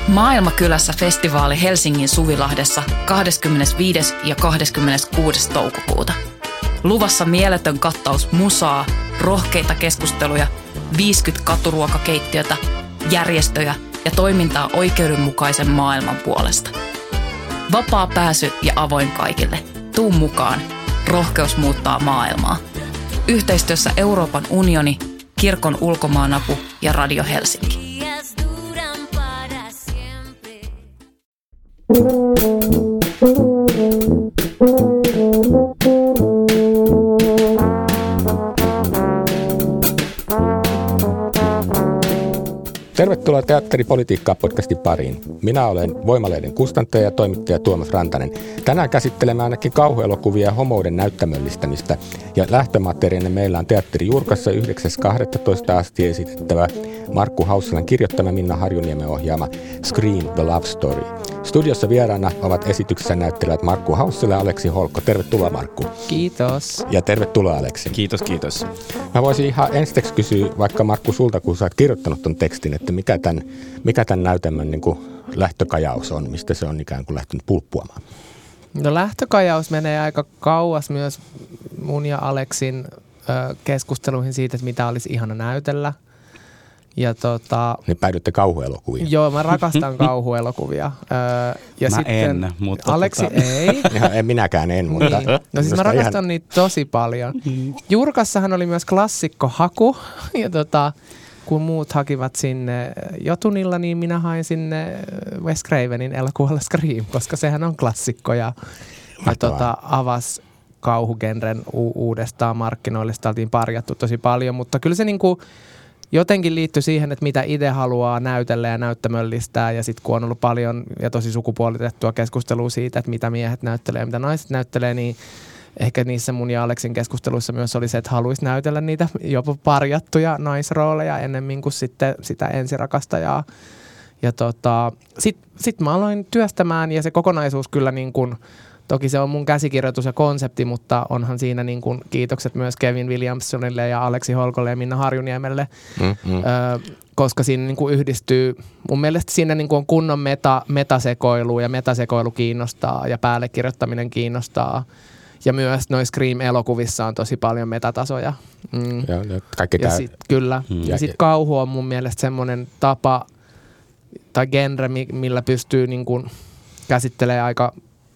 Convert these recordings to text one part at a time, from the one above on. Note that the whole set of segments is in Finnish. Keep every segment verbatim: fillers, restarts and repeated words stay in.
Maailmakylässä festivaali Helsingin Suvilahdessa kahdeskymmenesviides ja kahdeskymmeneskuudes toukokuuta. Luvassa mieletön kattaus musaa, rohkeita keskusteluja, viisikymmentä katuruokakeittiötä, järjestöjä ja toimintaa oikeudenmukaisen maailman puolesta. Vapaa pääsy ja avoin kaikille. Tuu mukaan. Rohkeus muuttaa maailmaa. Yhteistyössä Euroopan unioni, Kirkon ulkomaanapu ja Radio Helsinki. Tervetuloa Teatteripolitiikkaa podcastin pariin. Minä olen Voimalehden kustantaja ja toimittaja Tuomas Rantanen. Tänään käsittelemme ainakin kauhuelokuvia ja homouden näyttämöllistämistä. Ja lähtömateriaalina meillä on Teatteri Jurkassa yhdeksäs kahdestoista asti esitettävä Markku Hausselan kirjoittama Minna Harjuniemen ohjaama Scream the Love Story. Studiossa vieraana ovat esityksessä näyttelevät Markku Haussela ja Aleksi Holkko. Tervetuloa Markku. Kiitos. Ja tervetuloa Aleksi. Kiitos, kiitos. Mä voisin ihan ensiksi kysyä vaikka Markku sulta, kun sä oot kirjoittanut ton tekstin, että mikä tämän, mikä tämän näytelmän niin kuin lähtökajaus on, mistä se on ikään kuin lähtenyt pulppuamaan? No lähtökajaus menee aika kauas myös mun ja Aleksin ö, keskusteluihin siitä, että mitä olisi ihana näytellä. Ja tota, niin päädytte kauhuelokuviin. Joo, mä rakastan kauhuelokuvia. Öö, ja mä sitten en, mutta... Aleksi tota... ei. Ja, en minäkään en, mutta... Niin. No siis mä rakastan ihan... niitä tosi paljon. Jurkassahan oli myös klassikkohaku. Ja tota, kun muut hakivat sinne Jotunilla, niin minä hain sinne Wes Cravenin elokuvalle Scream, koska sehän on klassikko ja, ja tota, avasi kauhugenren u- uudestaan markkinoille. Sitä oltiin parjattu tosi paljon, mutta kyllä se niinku... jotenkin liittyy siihen, että mitä itse haluaa näytellä ja näyttämöllistää ja sitten kun on ollut paljon ja tosi sukupuolitettua keskustelua siitä, että mitä miehet näyttelee ja mitä naiset näyttelee, niin ehkä niissä mun ja Aleksin keskusteluissa myös oli se, että haluaisi näytellä niitä jopa parjattuja naisrooleja ennemmin kuin sitten sitä ensirakastajaa. Ja tota, sitten sit mä aloin työstämään ja se kokonaisuus kyllä niin kuin, toki se on mun käsikirjoitus ja konsepti, mutta onhan siinä niin kuin kiitokset myös Kevin Williamsonille ja Aleksi Holkolle ja Minna Harjuniemelle, mm-hmm. öö, koska siinä niin kuin yhdistyy, mun mielestä siinä niin kuin on kunnon meta, metasekoilu ja metasekoilu kiinnostaa ja päällekirjoittaminen kiinnostaa. Ja myös noissa Scream-elokuvissa on tosi paljon metatasoja. Mm. Ja, ja, kaikki ja tää... sit, kyllä. Mm. Ja, ja sitten kauhu on mun mielestä semmoinen tapa tai genre, millä pystyy niin kuin käsittelemään aika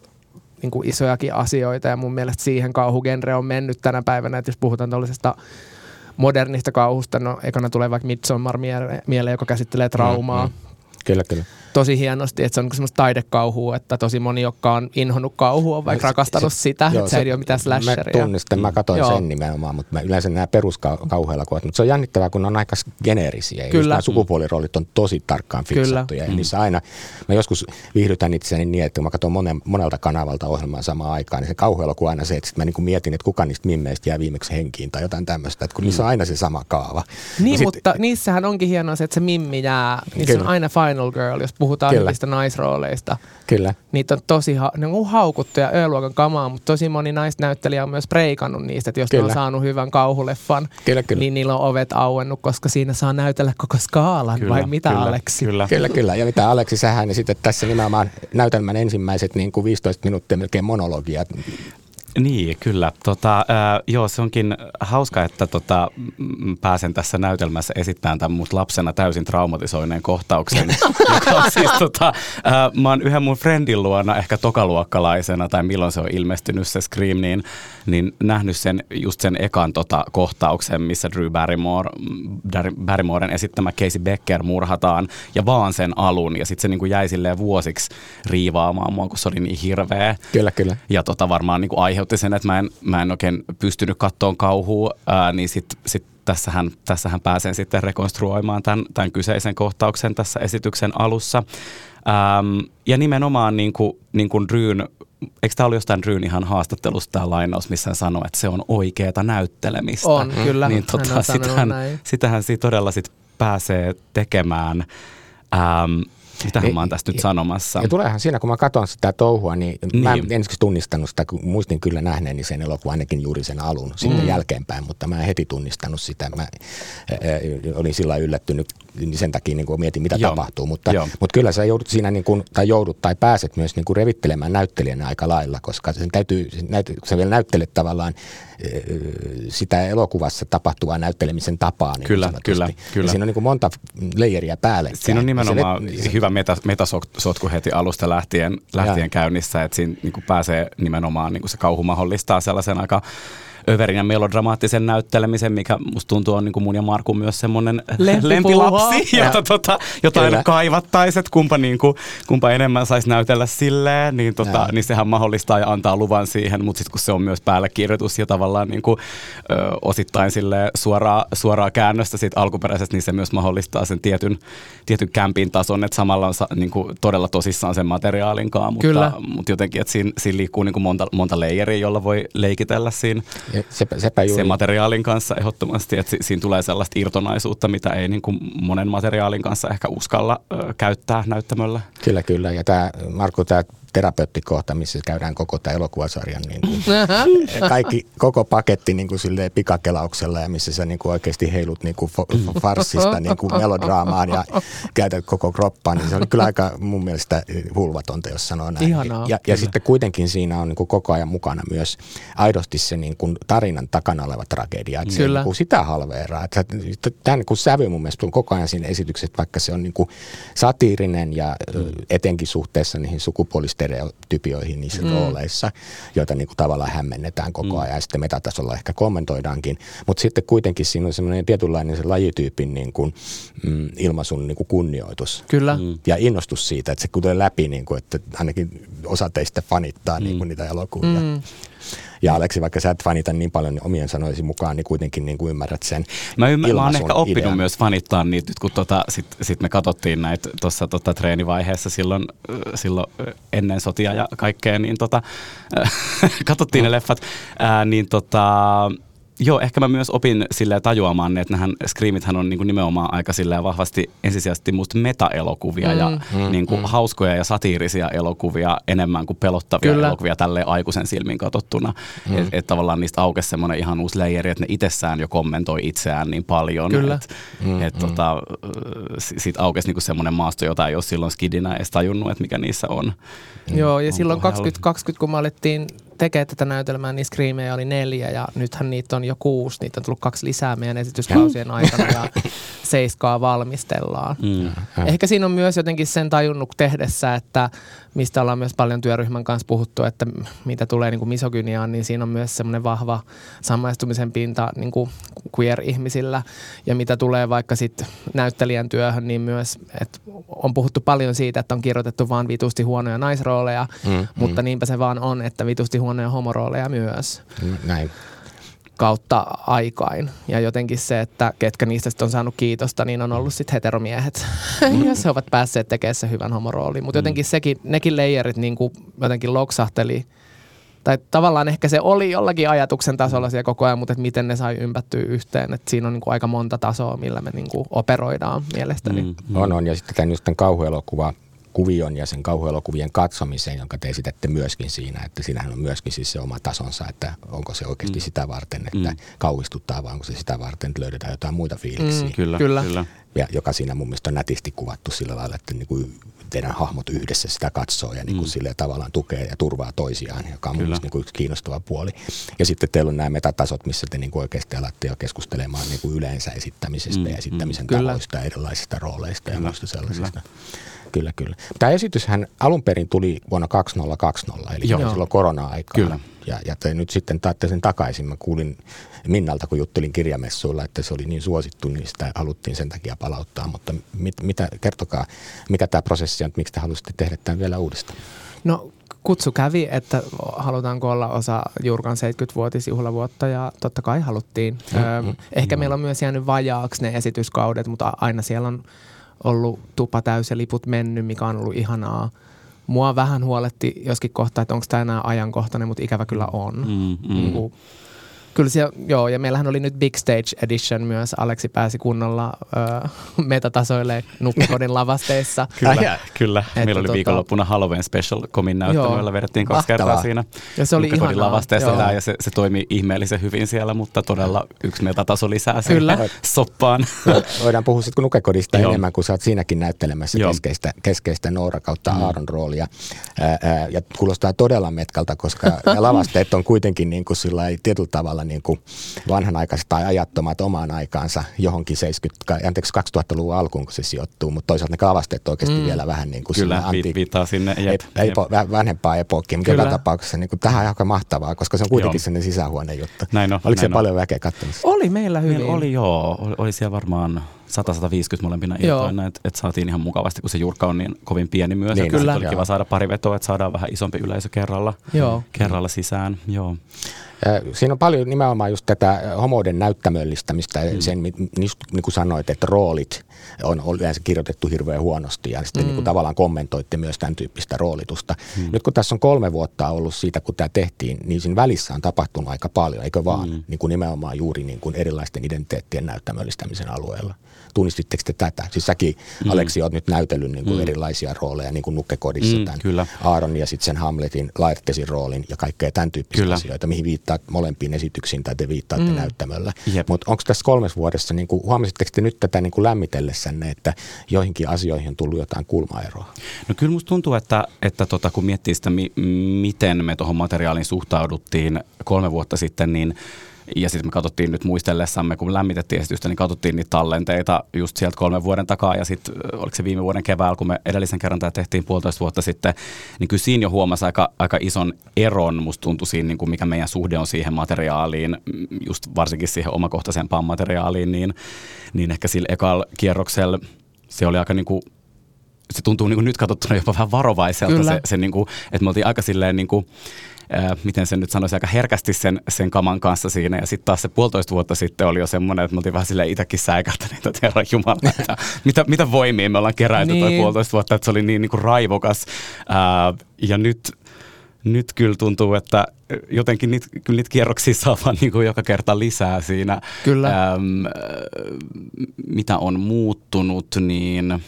niin kuin isojakin asioita ja mun mielestä siihen kauhugenre on mennyt tänä päivänä, että jos puhutaan tuollaisesta modernista kauhusta, no ekana tulee vaikka Midsommar mieleen, joka käsittelee traumaa. Mm, mm. Kyllä, kyllä. Tosi hienosti, että se on semmoista taidekauhua, että tosi moni, joka on inhonnut kauhua, on vaikka no, rakastanut se, sitä, joo, että se, se ei ole mitään slasheria. Mä tunnistan, mä katsoin mm. sen nimenomaan, mutta mä yleensä nämä peruskauhuelokuvat, mutta se on jännittävää, kun ne on aika geneerisiä. Ja nämä sukupuoliroolit on tosi tarkkaan fiksattuja. Ja niissä aina, mä joskus viihdytän itseäni niin, että kun mä katson monen, monelta kanavalta ohjelmaa samaan aikaan, niin se kauhuelokuva aina se, että mä niin mietin, että kuka niistä mimmeistä jää viimeksi henkiin tai jotain tämmöistä, että kun mm. niissä on aina se sama kaava. Niin, sit, mutta niissähän onkin hienoa se, että se mimmi jää, niissä kyllä. on aina final girl, jos puhutaan niistä naisrooleista. Kyllä. Niitä on tosi ha- ne on haukuttuja Ö-luokan kamaa, mutta tosi moni naisnäyttelijä on myös breikannut niistä, että jos kyllä. ne on saanut hyvän kauhuleffan, kyllä, kyllä. niin niillä on ovet auennut, koska siinä saa näytellä koko skaalan, kyllä, vai mitä kyllä, Aleksi? Kyllä. kyllä, kyllä. Ja mitä Aleksi, sähän sitten tässä nimenomaan näytelmän ensimmäiset niin kuin viisitoista minuuttia melkein monologia. Niin, kyllä. Tota, äh, joo, se onkin hauska, että tota, m- pääsen tässä näytelmässä esittämään tämän mut lapsena täysin traumatisoineen kohtauksen. joka siis, tota, äh, mä oon yhden mun friendin luona, ehkä tokaluokkalaisena, tai milloin se on ilmestynyt se Scream, niin, niin nähnyt sen, just sen ekan tota, kohtauksen, missä Drew Barrymore, Barrymoren esittämä Casey Becker murhataan, ja vaan sen alun, ja sitten se niin kuin jäi silleen vuosiksi riivaamaan mua, kun se oli niin hirveä. Kyllä, kyllä. Ja tota, varmaan niin kuin aiheutti sen, että mä en, mä en oikein pystynyt kattoon kauhua, ää, niin sitten sit tässähän, tässähän pääsen sitten rekonstruoimaan tämän, tämän kyseisen kohtauksen tässä esityksen alussa. Ähm, ja nimenomaan niin kuin, niin kuin Drewn, eikö tämä ollut jostain Drewn ihan haastattelusta tämä lainaus, missä hän sanoi, että se on oikeata näyttelemistä. On, kyllä. Niin tota, hän sitähän, sitähän siitä todella sit pääsee tekemään. Ähm, mitähän mä oon tästä nyt sanomassa. Ja tuleehan siinä, kun mä katson sitä touhua, niin, niin. mä en ensiksi tunnistanut sitä, kun muistin kyllä nähneeni sen elokuvan ainakin juuri sen alun sitten mm. jälkeenpäin, mutta mä en heti tunnistanut sitä. Mä ä, olin sillä yllättynyt sen takia, niin kun mietin, mitä Joo. tapahtuu, mutta, mutta kyllä sä joudut siinä, niin kun, tai joudut tai pääset myös niin kun revittelemään näyttelijänä aika lailla, koska sen täytyy, kun sä vielä näyttelet tavallaan sitä elokuvassa tapahtuvaa näyttelemisen tapaa. Niin kyllä, kyllä, kyllä. Siinä on niin kuin monta leijeriä päälle. Siinä on nimenomaan se, hyvä meta, metasotku heti alusta lähtien, lähtien käynnissä, että siinä niin kuin pääsee nimenomaan, niin kuin se kauhu mahdollistaa sellaisen aika överin ja melodramaattisen näyttelemisen, mikä musta tuntuu on niin kuin mun ja Markun myös semmoinen lempilapsi, jota, tota, jota aina kaivattaisiin, että kumpa, niin kuin, kumpa enemmän saisi näytellä silleen, niin, tota, niin sehän mahdollistaa ja antaa luvan siihen, mutta sitten kun se on myös päällekirjoitus ja tavallaan niin kuin, ö, osittain suoraa, suoraa käännöstä siitä alkuperäisestä, niin se myös mahdollistaa sen tietyn, tietyn kämpin tason, että samalla on niin kuin, todella tosissaan sen materiaalinkaan, mutta, mutta jotenkin, että siinä, siinä liikkuu niin kuin monta, monta leijeriä, jolla voi leikitellä siinä. Sepä, sepä sen materiaalin kanssa ehdottomasti, että siinä tulee sellaista irtonaisuutta, mitä ei niin kuin monen materiaalin kanssa ehkä uskalla ö, käyttää näyttämöllä. Kyllä, kyllä. Ja tämä, Markku, tämä terapeuttikohta, missä käydään koko tämä elokuvasarjan niin kuin, kaikki, koko paketti niin kuin silleen pikakelauksella ja missä sä niin kuin oikeasti heilut niin kuin farssista niin kuin melodraamaan ja käytät koko kroppaan, niin se oli kyllä aika mun mielestä hulvatonta, jos sanoo näin. Ihanaa, ja, ja sitten kuitenkin siinä on niin kuin koko ajan mukana myös aidosti se niin kuin tarinan takana oleva tragedia, että se niin kuin sitä halveeraa. Tämä niin kuin sävy mun mielestä on koko ajan siinä esityksessä, vaikka se on niin kuin satiirinen ja mm. etenkin suhteessa niihin sukupuolisten stereotypioihin niissä mm. rooleissa, joita niin kuin tavallaan hämmennetään koko ajan ja sitten metatasolla ehkä kommentoidaankin. Mutta sitten kuitenkin siinä on semmoinen tietynlainen se lajityypin niin kuin, mm, ilmaisun niin kuin kunnioitus. Kyllä. Mm. Ja innostus siitä, että se kuten läpi, niin kuin, että ainakin osa teistä fanittaa mm. niin kuin niitä elokuvia. Mm. Ja Aleksi, vaikka sä et fanita niin paljon niin omien sanoisi mukaan, niin kuitenkin niin kuin ymmärrät sen Mä, ymmär, mä oon ehkä oppinut idean. myös fanittaa niitä, kun tota, sitten sit me katsottiin näitä tuossa tota, treenivaiheessa silloin, silloin ennen sotia ja kaikkea, niin tota, katsottiin ne leffat, ää, niin tota... Joo, ehkä mä myös opin silleen tajuamaan, että nämähän Screamithän on niin kuin nimenomaan aika silleen vahvasti ensisijaisesti musta meta-elokuvia mm. ja mm, niin kuin mm. hauskoja ja satiirisia elokuvia enemmän kuin pelottavia Kyllä. elokuvia tälleen aikuisen silmin katsottuna. Mm. Että et tavallaan niistä aukesi semmoinen ihan uusi leijeri, että ne itsessään jo kommentoi itseään niin paljon. Että mm, et, mm. tota, siitä aukesi niinku semmoinen maasto, jota ei ole silloin skidinä edes tajunnut, että mikä niissä on. Joo, ja on silloin kaksituhattakaksikymmentä, kun me alettiin tekee tätä näytelmää, niin Screameja oli neljä ja nythän niitä on jo kuusi. Niitä on tullut kaksi lisää meidän esityskausien aikana ja seiskaa valmistellaan. Mm. Ehkä siinä on myös jotenkin sen tajunnut tehdessä, että mistä ollaan myös paljon työryhmän kanssa puhuttu, että mitä tulee niin kuin misogyniaan, niin siinä on myös semmoinen vahva samaistumisen pinta niin kuin queer-ihmisillä. Ja mitä tulee vaikka sitten näyttelijän työhön, niin myös, että on puhuttu paljon siitä, että on kirjoitettu vaan vitusti huonoja naisrooleja, mm, mutta mm. niinpä se vaan on, että vitusti huonoja homorooleja myös. Näin. Kautta aikain. Ja jotenkin se, että ketkä niistä sitten on saanut kiitosta, niin on ollut sitten heteromiehet, mm. jos he ovat päässeet tekemään se hyvän homoroolin. Mutta jotenkin sekin, nekin leijerit niin kuin jotenkin loksahteli. Tai tavallaan ehkä se oli jollakin ajatuksen tasolla siellä koko ajan, mutta että miten ne sai ympättyä yhteen. Että siinä on niin kuin aika monta tasoa, millä me niin kuin operoidaan mielestäni. Mm. Mm. On, on. Ja sitten tämän just tämän kauhuelokuva kuvion ja sen kauhuelokuvien katsomiseen, jonka te esitätte myöskin siinä, että siinähän on myöskin siis se oma tasonsa, että onko se oikeasti mm. sitä varten, että mm. kauhistuttaa vai onko se sitä varten, että löydetään jotain muita fiiliksiä. Mm, kyllä, kyllä. kyllä. Ja joka siinä mun mielestä on nätisti kuvattu sillä lailla, että niin kuin teidän hahmot yhdessä sitä katsoo ja niin kuin mm. sille tavallaan tukee ja turvaa toisiaan, joka on mun mielestä niin kuin yksi kiinnostava puoli. Ja sitten teillä on nämä metatasot, missä te niin kuin oikeasti alatte jo keskustelemaan niin kuin yleensä esittämisestä mm. ja esittämisen mm. tavoista ja erilaisista rooleista kyllä. ja muista sellaisista. Kyllä. Kyllä, kyllä. Tämä esityshän alun perin tuli vuonna kaksituhattakaksikymmentä, eli Joo. silloin korona-aikaan. Ja, ja te nyt sitten taatte sen takaisin. Mä kuulin Minnalta, kun juttelin kirjamessuilla, että se oli niin suosittu, niin sitä haluttiin sen takia palauttaa. Mutta mit, mitä, kertokaa, mikä tämä prosessi on, miksi te halusitte tehdä tämän vielä uudestaan? No kutsu kävi, että halutaanko olla osa Jurkan seitsemänkymmenvuotisjuhlavuotta ja totta kai haluttiin. Mm, öö, mm, ehkä mm. meillä on myös jäänyt vajaaksi ne esityskaudet, mutta aina siellä on ollut tupa täys ja liput mennyt, mikä on ollut ihanaa. Mua vähän huoletti joskin kohtaa, että onko tämä enää ajankohtainen, mutta ikävä kyllä on. Mm, mm. Niin kuin, Kyllä se, joo, ja meillähän oli nyt Big Stage Edition myös. Aleksi pääsi kunnolla ö, metatasoille Nukkekodin lavasteessa. Kyllä, Äh, kyllä. Että Meillä oli tota- viikonloppuna Halloween Special Komin näyttely, jolla vedettiin kaksi Mahtavaa. kertaa siinä Ja se oli Nukkekodin ihanaa, lavasteessa joo. tää, ja se, se toimi ihmeellisen hyvin siellä, mutta todella yksi metataso lisää sen Kyllä. soppaan. Voidaan puhua sitten Nukekodista Joo. enemmän, kun sä oot siinäkin näyttelemässä Joo. keskeistä, keskeistä Noora kautta mm. Aaron roolia. Ää, ää, ja kuulostaa todella metkalta, koska ne lavasteet on kuitenkin niin kuin sillai, tietyllä tavalla niin kuin vanhanaikaiset tai ajattomat omaan aikaansa johonkin seitsemänkymmentä, anteeksi kaksituhattaluvun alkuun, kun se sijoittuu, mutta toisaalta ne lavasteet oikeasti mm. vielä vähän niin kuin Kyllä, antiik- viittaa sinne. Jep, ei, jep. ei, vanhempaa epookkiin, mutta Kyllä. joka tapauksessa niin kuin, tähän on aika mahtavaa, koska se on kuitenkin Joo. sellainen sisähuoneen juttu. Näin on, Oliko näin se on. paljon väkeä katsomassa? Oli meillä hyvin. Meillä oli joo, oli, oli siellä varmaan sata sataviisikymmentä molempina iltoina, että et saatiin ihan mukavasti, kun se jurkka on niin kovin pieni myös. Niin, Niin, kyllä. oli kiva saada pari vetoa, että saadaan vähän isompi yleisö kerralla, Joo. kerralla sisään. Joo. Siinä on paljon nimenomaan just tätä homouden näyttämöllistämistä, mm. sen, niin kuin sanoit, että roolit on yleensä kirjoitettu hirveän huonosti ja sitten mm. niin kuin tavallaan kommentoitte myös tämän tyyppistä roolitusta. Mm. Nyt kun tässä on kolme vuotta ollut siitä, kun tämä tehtiin, niin siinä välissä on tapahtunut aika paljon, eikö vaan? Mm. Niin kuin nimenomaan juuri niin kuin erilaisten identiteettien näyttämöllistämisen alueella. Tunnistitteko te tätä? Siis säkin, mm. Aleksi, olet nyt näytellyt niin kuin mm. erilaisia rooleja, niin kuin Nukkekodissa, Mm, tämän kyllä. Aaron ja sitten sen Hamletin, Laertesin roolin ja kaikkea tämän tyyppistä Kyllä. asioita, mihin viittaat molempiin esityksiin tai te viittaatte mm. näyttämöllä. Jep. Mutta onko tässä kolmes vuodessa, niin kuin, huomasitteko te nyt tätä niin kuin lämmitellessänne, että joihinkin asioihin on tullut jotain kulmaeroa? No kyllä musta tuntuu, että, että tota, kun miettii sitä, mi- miten me tuohon materiaaliin suhtauduttiin kolme vuotta sitten, niin ja sitten me katsottiin nyt muistellessamme, kun lämmitettiin esitystä, niin katsottiin niitä tallenteita just sieltä kolmen vuoden takaa. Ja sitten oliko se viime vuoden keväällä, kun me edellisen kerran tämä tehtiin puolitoista vuotta sitten, niin kyllä siinä jo huomasi aika, aika ison eron, musta tuntui siinä, niin kuin mikä meidän suhde on siihen materiaaliin, just varsinkin siihen omakohtaisempaan materiaaliin, niin, niin ehkä sillä ekalla kierroksella se oli aika niin kuin, se tuntuu niin kuin nyt katsottuna jopa vähän varovaiselta, se, se niin kuin, että me oltiin aika silleen niin kuin, Ää, miten sen nyt sanoisi, aika herkästi sen, sen kaman kanssa siinä. Ja sitten taas se puolitoista vuotta sitten oli jo semmoinen, että me oltiin vähän silleen itsekin säikähtäneet, että herra jumala, että mitä, mitä voimia me ollaan keräilty niin. toi puolitoista vuotta, että se oli niin, niin kuin raivokas. Ää, ja nyt, nyt kyllä tuntuu, että jotenkin niitä, kyllä niitä kierroksia saa vaan niin kuin joka kerta lisää siinä. Kyllä. Äm, mitä on muuttunut, niin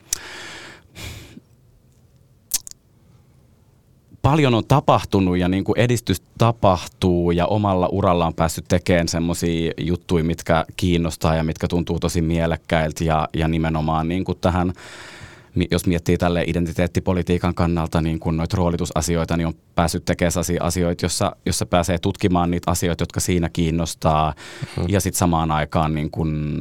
paljon on tapahtunut ja niin kuin edistys tapahtuu ja omalla uralla on päässyt tekemään semmoisia juttuja, mitkä kiinnostaa ja mitkä tuntuu tosi mielekkäiltä ja, ja nimenomaan niin kuin tähän, jos miettii tälle identiteettipolitiikan kannalta niin kuin noita roolitusasioita, niin on päässyt tekemään sellaisia asioita, jossa, jossa pääsee tutkimaan niitä asioita, jotka siinä kiinnostaa mm-hmm. ja sitten samaan aikaan niin kuin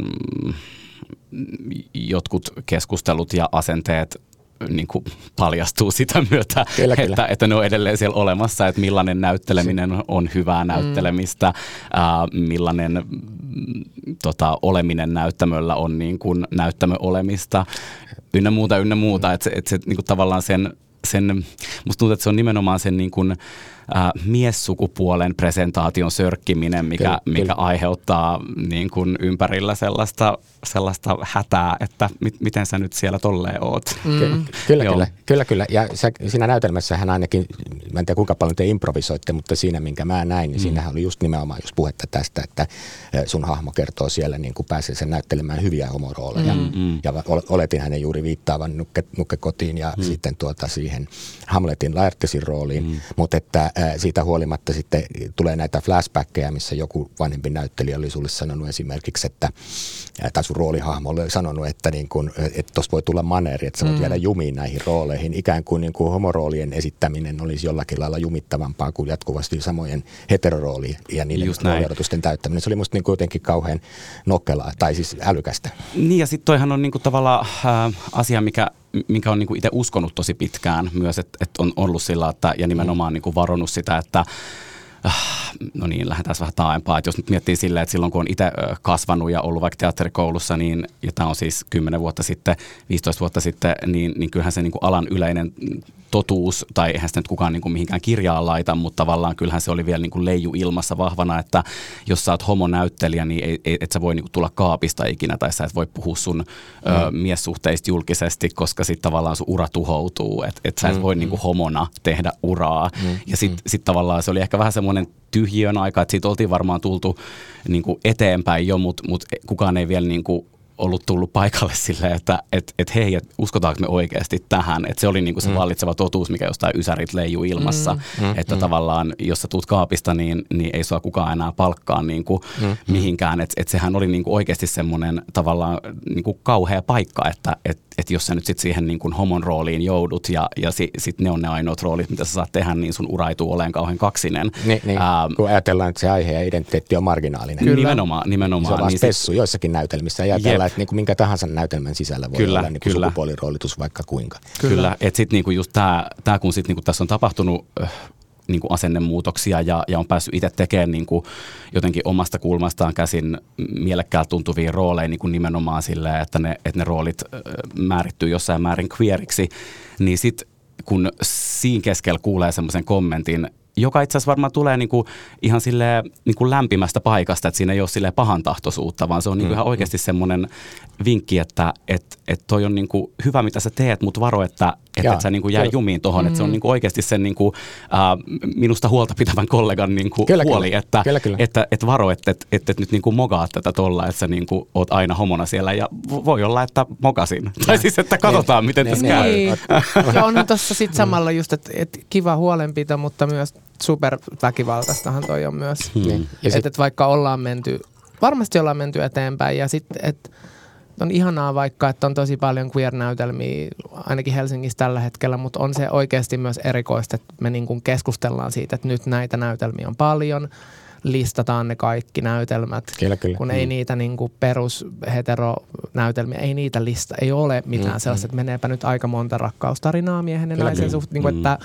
jotkut keskustelut ja asenteet niin kuin paljastuu sitä myötä, kyllä, että, kyllä. että ne on edelleen siellä olemassa, että millainen näytteleminen on hyvää näyttelemistä, mm. äh, millainen mm, tota, oleminen näyttämöllä on niin kuin näyttämöolemista, ynnä muuta, ynnä muuta, että se, että se niin kuin tavallaan sen, sen, musta tuntuu, että se on nimenomaan sen niin kuin Äh, miessukupuolen presentaation sörkkiminen, mikä, kyllä, mikä kyllä. aiheuttaa niin kuin ympärillä sellaista, sellaista hätää, että mit, miten sä nyt siellä tolleen oot. Mm. Ky- kyllä, kyllä, kyllä, kyllä. Ja sä, siinä näytelmässähän ainakin, mä en tiedä kuinka paljon te improvisoitte, mutta siinä minkä mä näin, niin mm. siinähän oli just nimenomaan just puhetta tästä, että sun hahmo kertoo siellä, niin kuin pääsee sen näyttelemään hyviä homorooleja. Mm-hmm. Ja oletin hänen juuri viittaavan nukke, Nukkekotiin ja mm. sitten tuota siihen Hamletin Laertesin rooliin, mm. mutta että siitä huolimatta sitten tulee näitä flashbackkejä, missä joku vanhempi näyttelijä oli sulle sanonut esimerkiksi, että, tai sun roolihahmo oli sanonut, että, niin kun, että tossa voi tulla maneeri, että sä voit mm. jäädä jumiin näihin rooleihin. Ikään kuin, niin kuin homoroolien esittäminen olisi jollakin lailla jumittavampaa kuin jatkuvasti samojen heteroroolien ja niiden rooliodotusten täyttäminen. Se oli musta niin kuin jotenkin kauhean nokkelaa, tai siis älykästä. Niin ja sitten toihan on niin kuin tavallaan äh, asia, mikä minkä on niinku itse uskonut tosi pitkään myös, että et on ollut sillä, että, ja nimenomaan niinku varonut sitä, että äh, no niin, lähdetään vähän taaempaa. Että jos nyt miettii silleen, että silloin kun on itse kasvanut ja ollut vaikka teatterikoulussa, niin, ja tämä on siis kymmenen vuotta sitten, viisitoista vuotta sitten, niin, niin kyllähän se niinku alan yleinen totuus, tai eihän sitä nyt kukaan niin kuin mihinkään kirjaan laita, mutta tavallaan kyllähän se oli vielä niin kuin leiju ilmassa vahvana, että jos sä oot homonäyttelijä, niin ei, ei, et sä voi niin kuin tulla kaapista ikinä, tai sä et voi puhua sun mm. ö, miessuhteista julkisesti, koska sitten tavallaan sun ura tuhoutuu, että et sä et voi mm. niin kuin homona tehdä uraa. Mm. Ja sitten sit tavallaan se oli ehkä vähän semmoinen tyhjiön aika, että siitä oltiin varmaan tultu niin kuin eteenpäin jo, mutta mut kukaan ei vielä niin kuin ollut tullut paikalle silleen, että et, et hei, et uskotaanko me oikeasti tähän. Että se oli niinku se mm. vallitseva totuus, mikä jostain ysärit leijuu ilmassa. Mm. Että mm. tavallaan, jos sä tuut kaapista, niin, niin ei sua kukaan enää palkkaa niinku mm. mihinkään. Että et sehän oli niinku oikeasti semmoinen tavallaan niinku kauhea paikka, että et, et jos sä nyt sit siihen niinku homon rooliin joudut ja, ja si, sit ne on ne ainoat roolit, mitä sä saat tehdä, niin sun ura ei tule olemaan kauhean kaksinen. Niin, niin. Ähm, kun ajatellaan, että se aihe ja identiteetti on marginaalinen. Kyllä. Nimenomaan. nimenomaan. Se on vaan niin spessu sit joissakin näytelmissä. Ajatellaan, että niin kuin minkä tahansa näytelmän sisällä voi kyllä, olla niin kuin sukupuoliroolitus vaikka kuinka. Kyllä, kyllä. Että sitten niinku just tämä, kun sit niinku tässä on tapahtunut äh, niinku asennemuutoksia ja, ja on päässyt itse tekemään niinku jotenkin omasta kulmastaan käsin mielekkäältä tuntuvia rooleja niinku nimenomaan silleen, että ne, että ne roolit äh, määrittyy jossain määrin queeriksi, niin sitten kun siinä keskellä kuulee semmoisen kommentin, joka itse asiassa varmaan tulee niinku ihan silleen niinku lämpimästä paikasta, että siinä ei ole silleen pahantahtoisuutta, vaan se on niinku mm, ihan oikeasti mm. semmoinen vinkki, että et, et toi on niinku hyvä, mitä sä teet, mutta varo, että et, et sä niinku jää kyllä. jumiin tohon. Mm. Että se on niinku oikeasti sen niinku, äh, minusta huolta pitävän kollegan niinku kyllä, huoli, kyllä. että kyllä, kyllä. että et varo, että et, et, et nyt niinku mogaat tätä tolla, että sä niinku oot aina homona siellä. Ja voi olla, että mogasin. Ja. Tai siis, että katsotaan, ne, miten ne, tässä ne, käy. Niin. Ja onhan tuossa sitten samalla just, että et kiva huolenpito, mutta myös superväkivaltaistahan toi on myös. Hmm. Että et vaikka ollaan menty, varmasti ollaan menty eteenpäin ja sitten, että on ihanaa vaikka, että on tosi paljon queer-näytelmiä, ainakin Helsingissä tällä hetkellä, mutta on se oikeasti myös erikoista, että me niin kuin keskustellaan siitä, että nyt näitä näytelmiä on paljon, listataan ne kaikki näytelmät, kyllä, kyllä. kun mm. ei niitä niin kuin perus heteronäytelmiä, ei niitä lista, ei ole mitään mm, sellaista, mm. että meneepä nyt aika monta rakkaustarinaa miehen ja naisen suhteen, niin että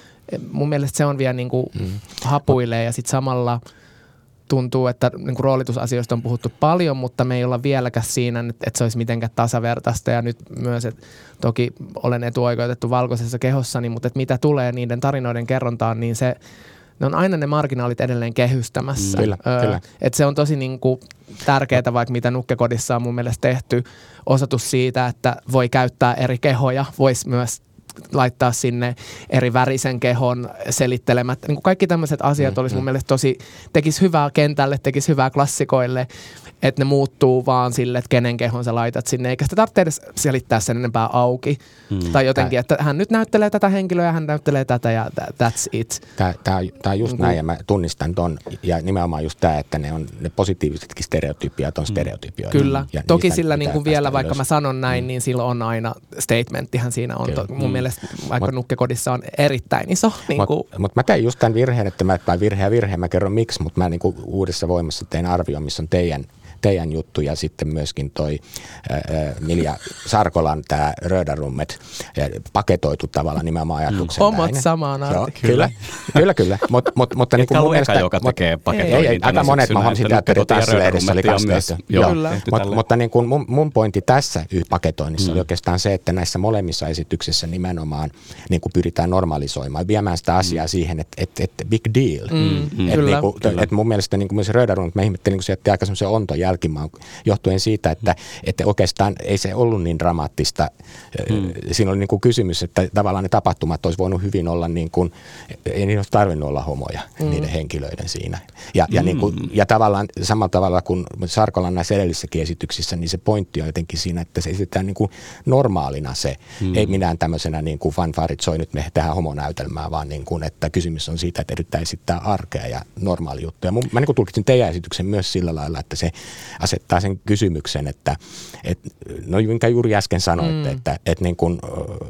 mun mielestä se on vielä niin kuin mm. hapuilee ja sitten samalla tuntuu, että niin kuin roolitusasioista on puhuttu paljon, mutta me ei olla vieläkään siinä, että se olisi mitenkään tasavertaista ja nyt myös, että toki olen etuoikeutettu valkoisessa kehossani, mutta että mitä tulee niiden tarinoiden kerrontaan, niin se ne on aina ne marginaalit edelleen kehystämässä. Kyllä, öö, kyllä. Että se on tosi niin kuin tärkeää, vaikka mitä Nukkekodissa on mun mielestä tehty, osoitus siitä, että voi käyttää eri kehoja, voisi myös laittaa sinne eri värisen kehon selittelemät. Niin kuin kaikki tämmöiset asiat mm, olisi mun mm. mielestä tosi, tekisi hyvää kentälle, tekisi hyvää klassikoille, että ne muuttuu vaan sille, että kenen kehon sä laitat sinne, eikä sitä tarvitse edes selittää sen enempää auki. Mm. Tai jotenkin, että hän nyt näyttelee tätä henkilöä ja hän näyttelee tätä ja that's it. Tämä, tämä, tämä on just mm. näin ja mä tunnistan ton ja nimenomaan just tämä, että ne on ne positiivisetkin stereotypiat on stereotypioita. Kyllä. Ja toki sillä niin kuin vielä, vaikka ylös. Mä sanon näin, mm. niin sillä on aina statementtihan siinä on. To, mun mm. mielestä vaikka mut, Nukkekodissa on erittäin iso. Niin mutta mut mä tein just tämän virheen, että mä tai virhe ja virhe, mä kerron miksi, mutta mä niin kuin Uudessa voimassa tein arvion, missä on teidän teidän juttu ja sitten myöskin toi ää, Milja Sarkolan tämä Rödarummet paketoitu tavallaan nimenomaan ajatuksen. Omat samaan artikkeleen. Kyllä, kyllä, kyllä. Mut, mut, mutta niin kuin mun mielestä, eka, joka tekee paketoinnin. Ei, ei, aika monet, mä huomasin teatterin Tanssi-lehdessä oli kanssa tehty. Mutta, mutta niin kuin mun, mun pointti tässä paketoinnissa mm. oli oikeastaan se, että näissä molemmissa esityksissä nimenomaan niin kuin pyritään normalisoimaan, viemään sitä asiaa mm. siihen, että et, et big deal. Mm. Mm. Et niin kuin, et mun mielestä niin kuin myös Rödarummet, mä ihmettelin, kun se jätti aika semmoisen onton jälkimaan, johtuen siitä, että, että oikeastaan ei se ollut niin dramaattista. Mm. Siinä oli niin kuin kysymys, että tavallaan ne tapahtumat olisi voinut hyvin olla niin kuin, ei niillä olisi tarvinnut olla homoja, mm. niiden henkilöiden siinä. Ja, ja, mm. niin kuin, ja tavallaan samalla tavalla kuin Sarkolan näissä edellisissäkin esityksissä, niin se pointti on jotenkin siinä, että se esitetään niin kuin normaalina se. Mm. Ei minään tämmöisenä niin kuin fanfarit soi nyt me tähän homonäytelmään, vaan niin kuin, että kysymys on siitä, että yrittää esittää arkea ja normaali juttu. Ja mun, mä niin kuin tulkitsin teidän esityksen myös sillä lailla, että se asettaa sen kysymyksen, että et, no minkä juuri äsken sanoitte, mm. että et niin kuin,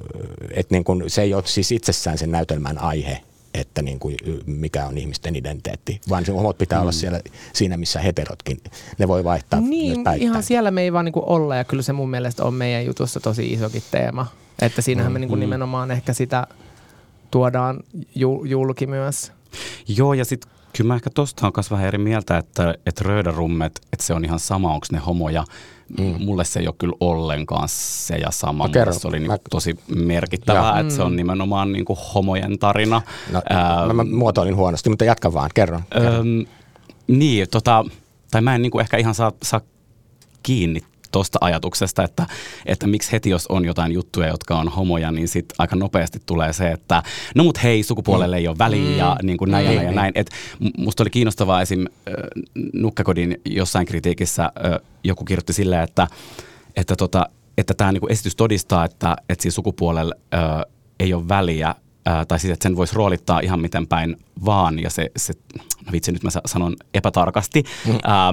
et niin kuin, se ei ole siis itsessään sen näytelmän aihe, että niin kuin, mikä on ihmisten identiteetti, vaan se homot pitää mm. olla siellä, siinä, missä heterotkin. Ne voi vaihtaa niin, myös päittäin. Ihan siellä me ei vaan niin kuin olla, ja kyllä se mun mielestä on meidän jutussa tosi isokin teema. Että siinähän mm. me niin kuin nimenomaan ehkä sitä tuodaan julki myös. Joo, ja sitten Kyllä mä ehkä tosta on myös vähän eri mieltä, että, että Röderummet, että se on ihan sama, onko ne homoja. Mm. Mulle se ei ole kyllä ollenkaan se ja sama. No, kerro, se oli niin mä... tosi merkittävää, ja. että se on nimenomaan niin kuin homojen tarina. No, Ää, mä muotoilin huonosti, mutta jatka vaan, kerro. kerro. Öm, niin, tota, tai mä en niin kuin ehkä ihan saa, saa kiinni tuosta ajatuksesta, että, että miksi heti jos on jotain juttuja, jotka on homoja, niin sitten aika nopeasti tulee se, että no mut hei, sukupuolelle ei ole väliä mm. ja niin kuin näin ja näin ja näin. Et musta oli kiinnostavaa esim. Nukkekodin jossain kritiikissä joku kirjoitti silleen, että että tota, että tämä niinku esitys todistaa, että että siinä sukupuolella ö, ei ole väliä, Ää, tai siis, että sen voisi roolittaa ihan miten päin vaan, ja se, se no vitsi, nyt mä sanon epätarkasti. Mm. Ää,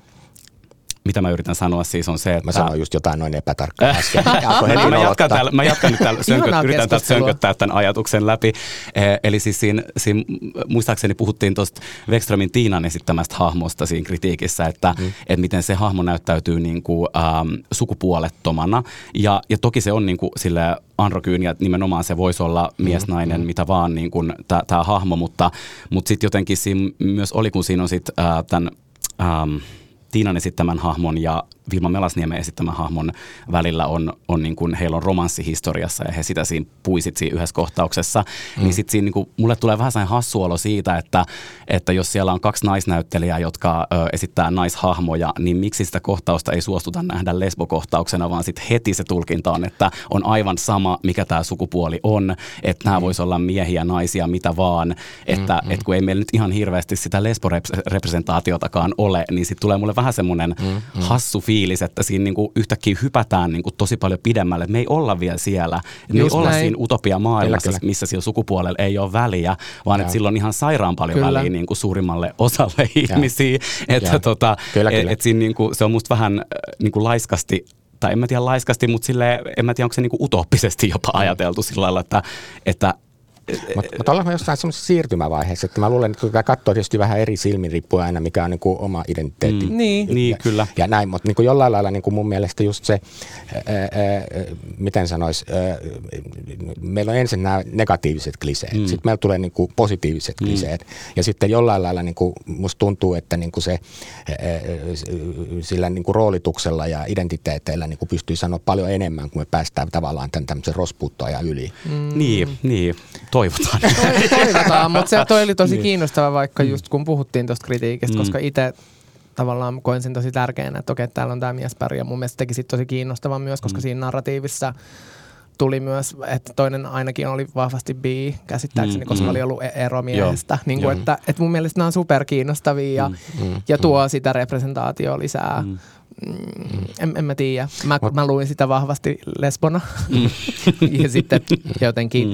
mitä mä yritän sanoa siis on se, että... Mä sanoin just jotain noin epätarkkaa äsken. mä, jatkan täällä, mä jatkan nyt täällä, sönkö, yritän täältä sönköttää tämän ajatuksen läpi. Eh, eli siis siinä, siinä muistaakseni puhuttiin tuosta Wexströmin Tiinan esittämästä hahmosta siinä kritiikissä, että mm. et miten se hahmo näyttäytyy niin kuin, ähm, sukupuolettomana. Ja, ja toki se on niin kuin sille androgyyni, ja nimenomaan se voisi olla mies, nainen, mm. mitä vaan niin kuin tämä hahmo, mutta, mutta sitten jotenkin siinä myös oli, kun siinä on sitten äh, tämän... Ähm, Tiinan esittämän hahmon ja Vilma Melasniemen esittämän hahmon välillä on, on niin kuin, heillä on romanssihistoriassa ja he sitä siinä puisit siinä yhdessä kohtauksessa. Mm. Niin sitten siinä niin kuin, mulle tulee vähän sellainen hassu olo siitä, että, että jos siellä on kaksi naisnäyttelijää, jotka ö, esittää naishahmoja, niin miksi sitä kohtausta ei suostuta nähdä lesbokohtauksena, vaan sitten heti se tulkinta on, että on aivan sama, mikä tämä sukupuoli on, että nämä mm. voisi olla miehiä, naisia, mitä vaan, että mm. et kun ei meillä nyt ihan hirveästi sitä lesborepresentaatiotakaan ole, niin sitten tulee mulle vähän semmoinen mm. hassu fiilis, että siinä niinku yhtäkkiä hypätään niinku tosi paljon pidemmälle. Me ei olla vielä siellä. Me ei olla siinä utopia-maailmassa, missä sillä sukupuolella ei ole väliä, vaan että sillä on ihan sairaan paljon kyllä. väliä niinku suurimmalle osalle ihmisiä. Että tota, et, et siinä niinku, se on musta vähän niinku laiskasti, tai en mä tiedä laiskasti, mutta silleen, en mä tiedä, onko se niinku utooppisesti jopa ajateltu sillä lailla, että, että Mutta mut ollaan jossain semmoisessa siirtymävaiheessa, että mä luulen, että tätä katsoo tietysti vähän eri silmin riippuen aina, mikä on niin kuin oma identiteetti. Mm, niin, ja, niin, kyllä. Ja näin, mutta niin kuin jollain lailla niin kuin mun mielestä just se, ää, ää, miten sanois, ää, meillä on ensin nämä negatiiviset kliseet, mm. sitten meillä tulee niin kuin positiiviset mm. kliseet, ja sitten jollain lailla niin kuin musta tuntuu, että niin kuin se ää, sillä niin kuin roolituksella ja identiteeteillä niin kuin pystyy sanoa paljon enemmän, kun me päästään tavallaan tämän tämmöisen rospuuttoajan yli. Mm. Niin, niin. Toivotaan. Toivotaan, mutta se toi oli tosi niin. kiinnostava vaikka just kun puhuttiin tuosta kritiikistä, mm. koska itse tavallaan koin sen tosi tärkeänä, että okei, täällä on tämä miespari ja mun mielestä teki sit tosi kiinnostavan myös, koska mm. siinä narratiivissa tuli myös, että toinen ainakin oli vahvasti bi, käsittääkseni, mm. koska mm. oli ollut eromiehestä. Niin kuin, että, että mun mielestä nämä on superkiinnostavia ja, mm. ja tuo mm. sitä representaatioa lisää. Mm. En, en mä tiedä. Mä, mä luin sitä vahvasti lesbona mm. ja sitten jotenkin... Mm.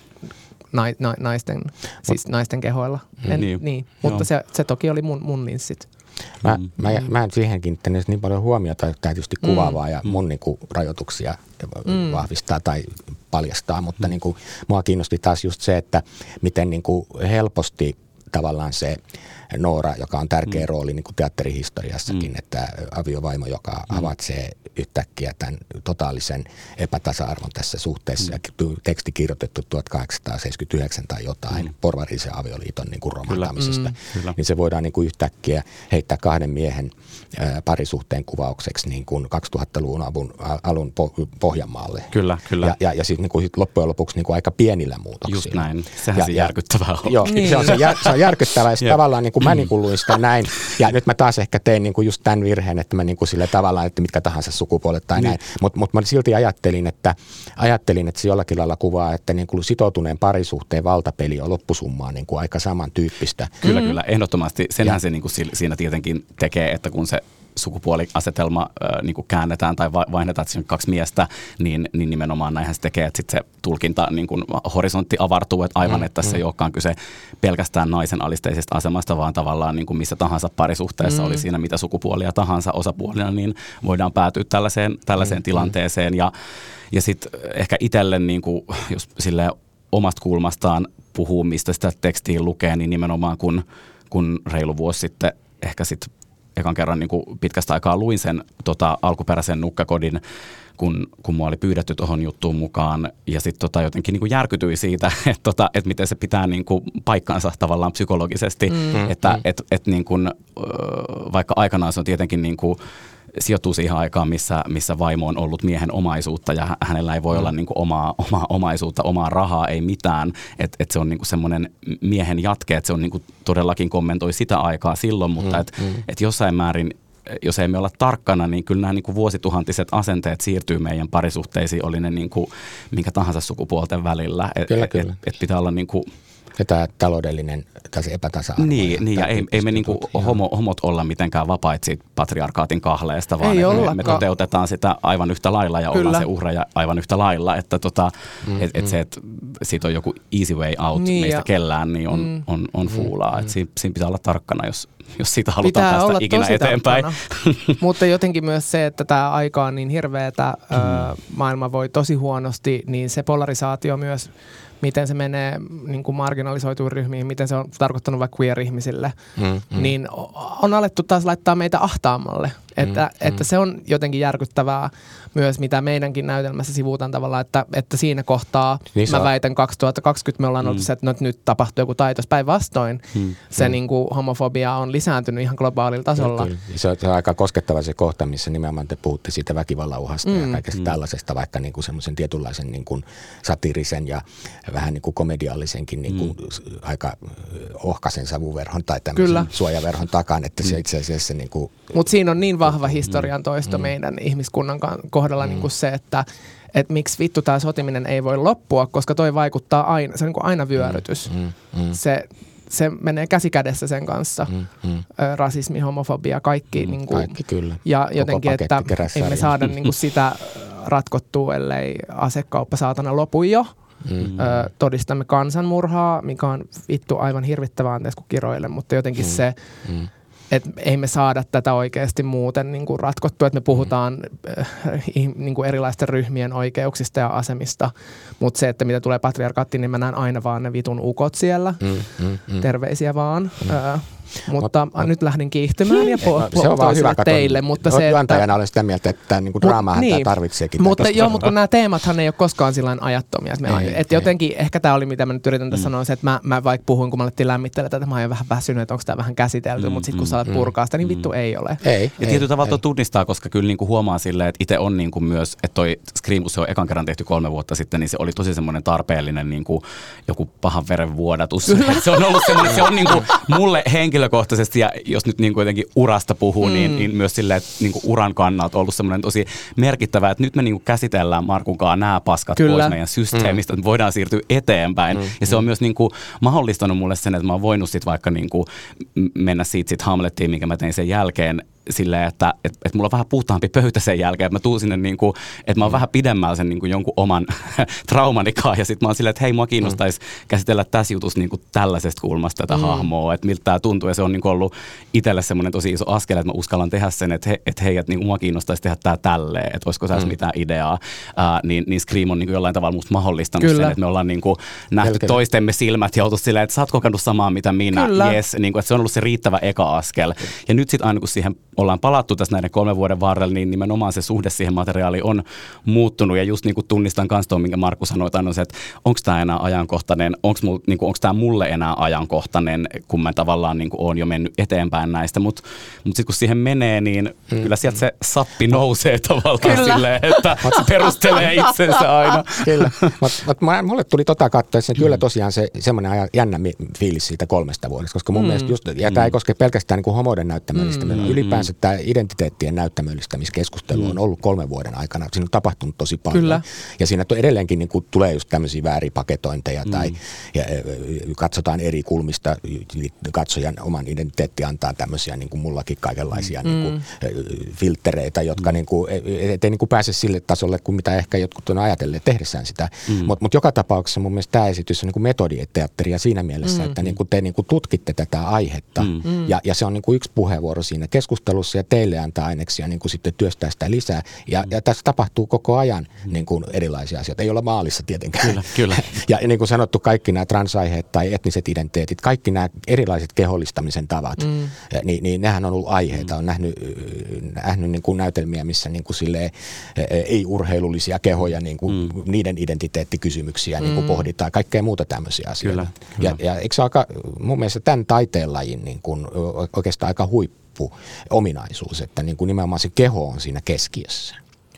Na, naisten, siis naisten kehoilla. En, niin. Niin. Mutta se, se toki oli mun, mun linssit. Mä, mm. mä, mä en siihen kiinnittänyt niin paljon huomiota, että tämä tietysti kuvaavaa mm. ja mun niin kuin, rajoituksia mm. vahvistaa tai paljastaa, mutta mm. niin kuin, mua kiinnosti taas just se, että miten niin kuin, helposti tavallaan se Noora, joka on tärkeä mm. rooli niin kuin teatterihistoriassakin, mm. että aviovaimo, joka mm. havaitsee yhtäkkiä tämän totaalisen epätasa-arvon tässä suhteessa, mm. ja teksti kirjoitettu tuhatkahdeksansataaseitsemänkymmentäyhdeksän tai jotain, mm. porvarillisen avioliiton niin kuin romahtamisesta, mm. niin se voidaan niin kuin yhtäkkiä heittää kahden miehen ää, parisuhteen kuvaukseksi niin kuin kaksituhattaluvun alun, alun Pohjanmaalle. Kyllä, kyllä. Ja, ja, ja sitten niin kuin sit loppujen lopuksi niin kuin aika pienillä muutoksilla. Just näin. Sehän ja, se järkyttävää on. Joo, niin. se, on se, jär, se on järkyttävää ja tavallaan niin kuin mä niin kuin luin sitä näin. Ja nyt mä taas ehkä tein niin kuin just tämän virheen, että mä niin kuin sille tavallaan, että mitkä tahansa sukupuolet tai niin. näin. Mutta mut mä silti ajattelin, että ajattelin, että se jollakin lailla kuvaa, että niin kuin sitoutuneen parisuhteen valtapeli on loppusummaa niin kuin aika samantyyppistä. Kyllä, mm-hmm. kyllä. Ehdottomasti. Senhän ja. se niin kuin siinä tietenkin tekee, että kun se sukupuoliasetelma äh, niin kuin käännetään tai vaihdetaan, että siinä on kaksi miestä, niin, niin nimenomaan näinhän se tekee, että sitten se tulkinta, niin kuin horisontti avartuu, että aivan, mm, että tässä mm. ei olekaan kyse pelkästään naisen alisteisesta asemasta, vaan tavallaan niin kuin missä tahansa parisuhteessa mm. oli siinä mitä sukupuolia tahansa osapuolina, niin voidaan päätyä tällaiseen, tällaiseen mm, tilanteeseen. Ja, ja sitten ehkä itselle, niin kuin, jos silleen omasta kulmastaan puhuu, mistä sitä tekstiä lukee, niin nimenomaan kun, kun reilu vuosi sitten ehkä sitten ekan kerran niin kuin pitkästä aikaa luin sen tota, alkuperäisen Nukkakodin, kun, kun mua oli pyydetty tuohon juttuun mukaan. Ja sitten tota, jotenkin niin kuin järkytyin siitä, että tota, et miten se pitää niin kuin paikkansa tavallaan psykologisesti. Mm. Että mm. et, et, niin kuin, vaikka aikanaan se on tietenkin niin kuin sijoittuu siihen aikaan, missä, missä vaimo on ollut miehen omaisuutta ja hänellä ei voi mm. olla niin kuin omaa, omaa omaisuutta, omaa rahaa, ei mitään. Että et se on niin kuin semmoinen miehen jatke, että se on niin kuin todellakin kommentoi sitä aikaa silloin, mutta mm. että mm. et jossain määrin, jos emme olla tarkkana, niin kyllä nämä niin kuin vuosituhantiset asenteet siirtyy meidän parisuhteisiin, oli ne niin kuin minkä tahansa sukupuolten välillä. Että et, et, et pitää olla niin kuin ja tämä taloudellinen epätasa-arvo. Niin, niin ja ei, ei me niinku homo, homot olla mitenkään vapaita siitä patriarkaatin kahleesta, vaan me, me toteutetaan sitä aivan yhtä lailla ja Kyllä. ollaan se uhraja aivan yhtä lailla. Että tota, mm, et, et mm. se, että siitä on joku easy way out niin meistä ja, kellään, niin on, mm, on, on fuulaa. Mm, että siinä, siinä pitää olla tarkkana, jos, jos siitä halutaan pitää päästä ikinä eteenpäin. Mutta jotenkin myös se, että tämä aika on niin hirveätä, mm. ö, maailma voi tosi huonosti, niin se polarisaatio myös, miten se menee niin kuin marginalisoituihin ryhmiin, miten se on tarkoittanut vaikka queer-ihmisille, mm, mm. niin on alettu taas laittaa meitä ahtaammalle. Että, mm, että mm. se on jotenkin järkyttävää myös, mitä meidänkin näytelmässä sivuutaan tavallaan, että, että siinä kohtaa niin mä väitän kaksituhattakaksikymmentä me ollaan mm. ollut se, että nyt, nyt tapahtuu joku taitos. Päinvastoin mm. se mm. niin kuin homofobia on lisääntynyt ihan globaalilla tasolla. No, se on aika koskettava se kohta, missä nimenomaan te puhutte siitä väkivallauhasta mm. ja kaikesta mm. tällaisesta, vaikka niin kuin semmoisen tietynlaisen niin kuin satiirisen ja vähän niin kuin komediallisenkin niin kuin mm. aika ohkaisen savuverhon tai tämmöisen Kyllä. suojaverhon takaan, että se itse asiassa niin kuin mutta siinä on niin vahva historian toisto mm. meidän ihmiskunnan kohdalla mm. niin kuin se, että et miksi vittu tämä sotiminen ei voi loppua, koska toi vaikuttaa aina, se on niin kuin aina vyörytys. Mm. Mm. Se, se menee käsi kädessä sen kanssa. Mm. Mm. Rasismi, homofobia, kaikki. Mm. Niin kuin, kaikki kyllä. Ja jotenkin, että emme saada niin kuin sitä ratkottua, ellei asekauppa saatana lopu jo. Mm. Ö, todistamme kansanmurhaa, mikä on vittu aivan hirvittävää anteeksi kuin kiroille, mutta jotenkin mm. se mm. että ei me saada tätä oikeasti muuten niin kuin ratkottua, että me puhutaan äh, niin kuin erilaisten ryhmien oikeuksista ja asemista, mutta se, että mitä tulee patriarkaattiin, niin mä näen aina vaan ne vitun ukot siellä. Mm, mm, mm. Terveisiä vaan. Mm. Äh, mutta mut, nyt lähdin kiihtymään ja po- se on vaan hyvä teille. Mutta se, juontajana olen sitä mieltä, että niin kuin draamaahan niin, tämä tarvitseekin. Mutta joo, mutta kun nämä teemathan ei ole koskaan sillain ajattomia. Että, ei, että jotenkin ehkä tämä oli, mitä mä nyt yritän tässä mm. sanoa, se, että mä, mä vaikka puhuin, kun mä alettiin lämmitellä tätä, mä oon jo vähän väsynyt, että onko tämä vähän käsitelty, mm, mutta sitten kun sä alat mm, purkaa sitä, niin vittu mm. ei ole. Ei, ja tietyllä tavalla tunnistaa, koska kyllä niinku huomaa silleen, että itse on niinku myös, että toi Scream, kun se on ekan kerran tehty kolme vuotta sitten, niin se oli tosi semmoinen tarpeellinen niinku joku pahan veren vuodatus. Se on ollut semmoinen, se on niinku mulle henkilökohtaisesti ja jos nyt niin kuitenkin urasta puhuu, mm. niin, niin myös silleen, että niin uran kannalta on ollut semmoinen tosi merkittävä, että nyt me niin käsitellään Markunkaan nämä paskat Kyllä. pois meidän systeemistä, mm. että me voidaan siirtyä eteenpäin. Mm. Ja se on myös niin kuin mahdollistanut mulle sen, että mä oon voinut sit vaikka niin kuin mennä siitä sit Hamlettiin, minkä mä tein sen jälkeen, silleen, että et, et mulla on vähän puhtaampi pöytä sen jälkeen, että mä tuun sinne niin kuin, että mä oon mm. vähän pidemmällä sen niin kuin jonkun oman traumanikaan ja sit mä oon silleen, että hei, mua kiinnostaisi mm. käsitellä tässä jutussa niin kuin tällaisesta kulmasta tätä mm. hahmoa, että miltä tää tuntuu ja se on niin kuin ollut itselle semmoinen tosi iso askel, että mä uskallan tehdä sen, että, he, että hei, että niin kuin mua kiinnostaisi tehdä tää tälleen, että olisiko tässä mm. mitään ideaa, uh, niin, niin Scream on niin kuin jollain tavalla musta mahdollistanut Kyllä. sen, että me ollaan niin kuin nähty Jälkeen. toistemme silmät ja oltu silleen, että sä oot kokenut samaa mitä minä, yes, niin kuin, että se on ollut se riittävä eka askel ja nyt sit aina kun siihen ollaan palattu tässä näiden kolmen vuoden varrella, niin nimenomaan se suhde siihen materiaaliin on muuttunut. Ja just niin kuin tunnistan myös tuon, minkä Markku sanoi, että on se, että onko tämä enää ajankohtainen, onko niin tämä mulle enää ajankohtainen, kun mä tavallaan niin kuin olen jo mennyt eteenpäin näistä. Mutta mut sitten kun siihen menee, niin mm. kyllä sieltä se sappi nousee tavallaan silleen, että se perustelee itsensä aina. Kyllä. Mutta mulle tuli tota katsoessa, että kyllä tosiaan se semmoinen jännä fiilis siitä kolmesta vuodesta, koska mun mm. mielestä just, ja tämä ei koske pelkästään niin kuin homoiden näyttämöllistä, mm. ylipäänsä tämä identiteettien näyttämöllistämiskeskustelu on ollut kolmen vuoden aikana. Siinä on tapahtunut tosi paljon. Kyllä. Ja siinä edelleenkin niin kuin tulee just tämmöisiä vääripaketointeja tai mm. ja, katsotaan eri kulmista. Katsojan oman identiteetti antaa tämmöisiä niin kuin mullakin kaikenlaisia mm. niin kuin, filttereitä, jotka mm. niin kuin, ettei niin kuin pääse sille tasolle kuin mitä ehkä jotkut on ajatelleet tehdessään sitä. Mm. Mutta mut joka tapauksessa mun mielestä tämä esitys on niin kuin metoditeatteria siinä mielessä, mm. että niin kuin te niin kuin tutkitte tätä aihetta mm. ja, ja se on niin kuin yksi puheenvuoro siinä keskustelussa. keskustelussa ja teille antaa aineksia niin kuin sitten työstää sitä lisää. Ja, ja tässä tapahtuu koko ajan niin kuin erilaisia asioita. Ei olla maalissa tietenkään. Kyllä, kyllä. Ja niin kuin sanottu, kaikki nämä transaiheet tai etniset identiteetit, kaikki nämä erilaiset kehollistamisen tavat, mm. niin, niin nehän on ollut aiheita. On nähnyt, nähnyt niin kuin näytelmiä, missä niin kuin silleen, ei-urheilullisia kehoja, niin kuin mm. niiden identiteettikysymyksiä niin kuin mm. pohditaan, kaikkea muuta tämmöisiä asioita. Kyllä, kyllä. Ja, ja eikö se aika, mun mielestä tämän taiteenlajin niin kuin, oikeastaan aika huippu ominaisuus, että niin kuin nimenomaan se keho on siinä keskiössä.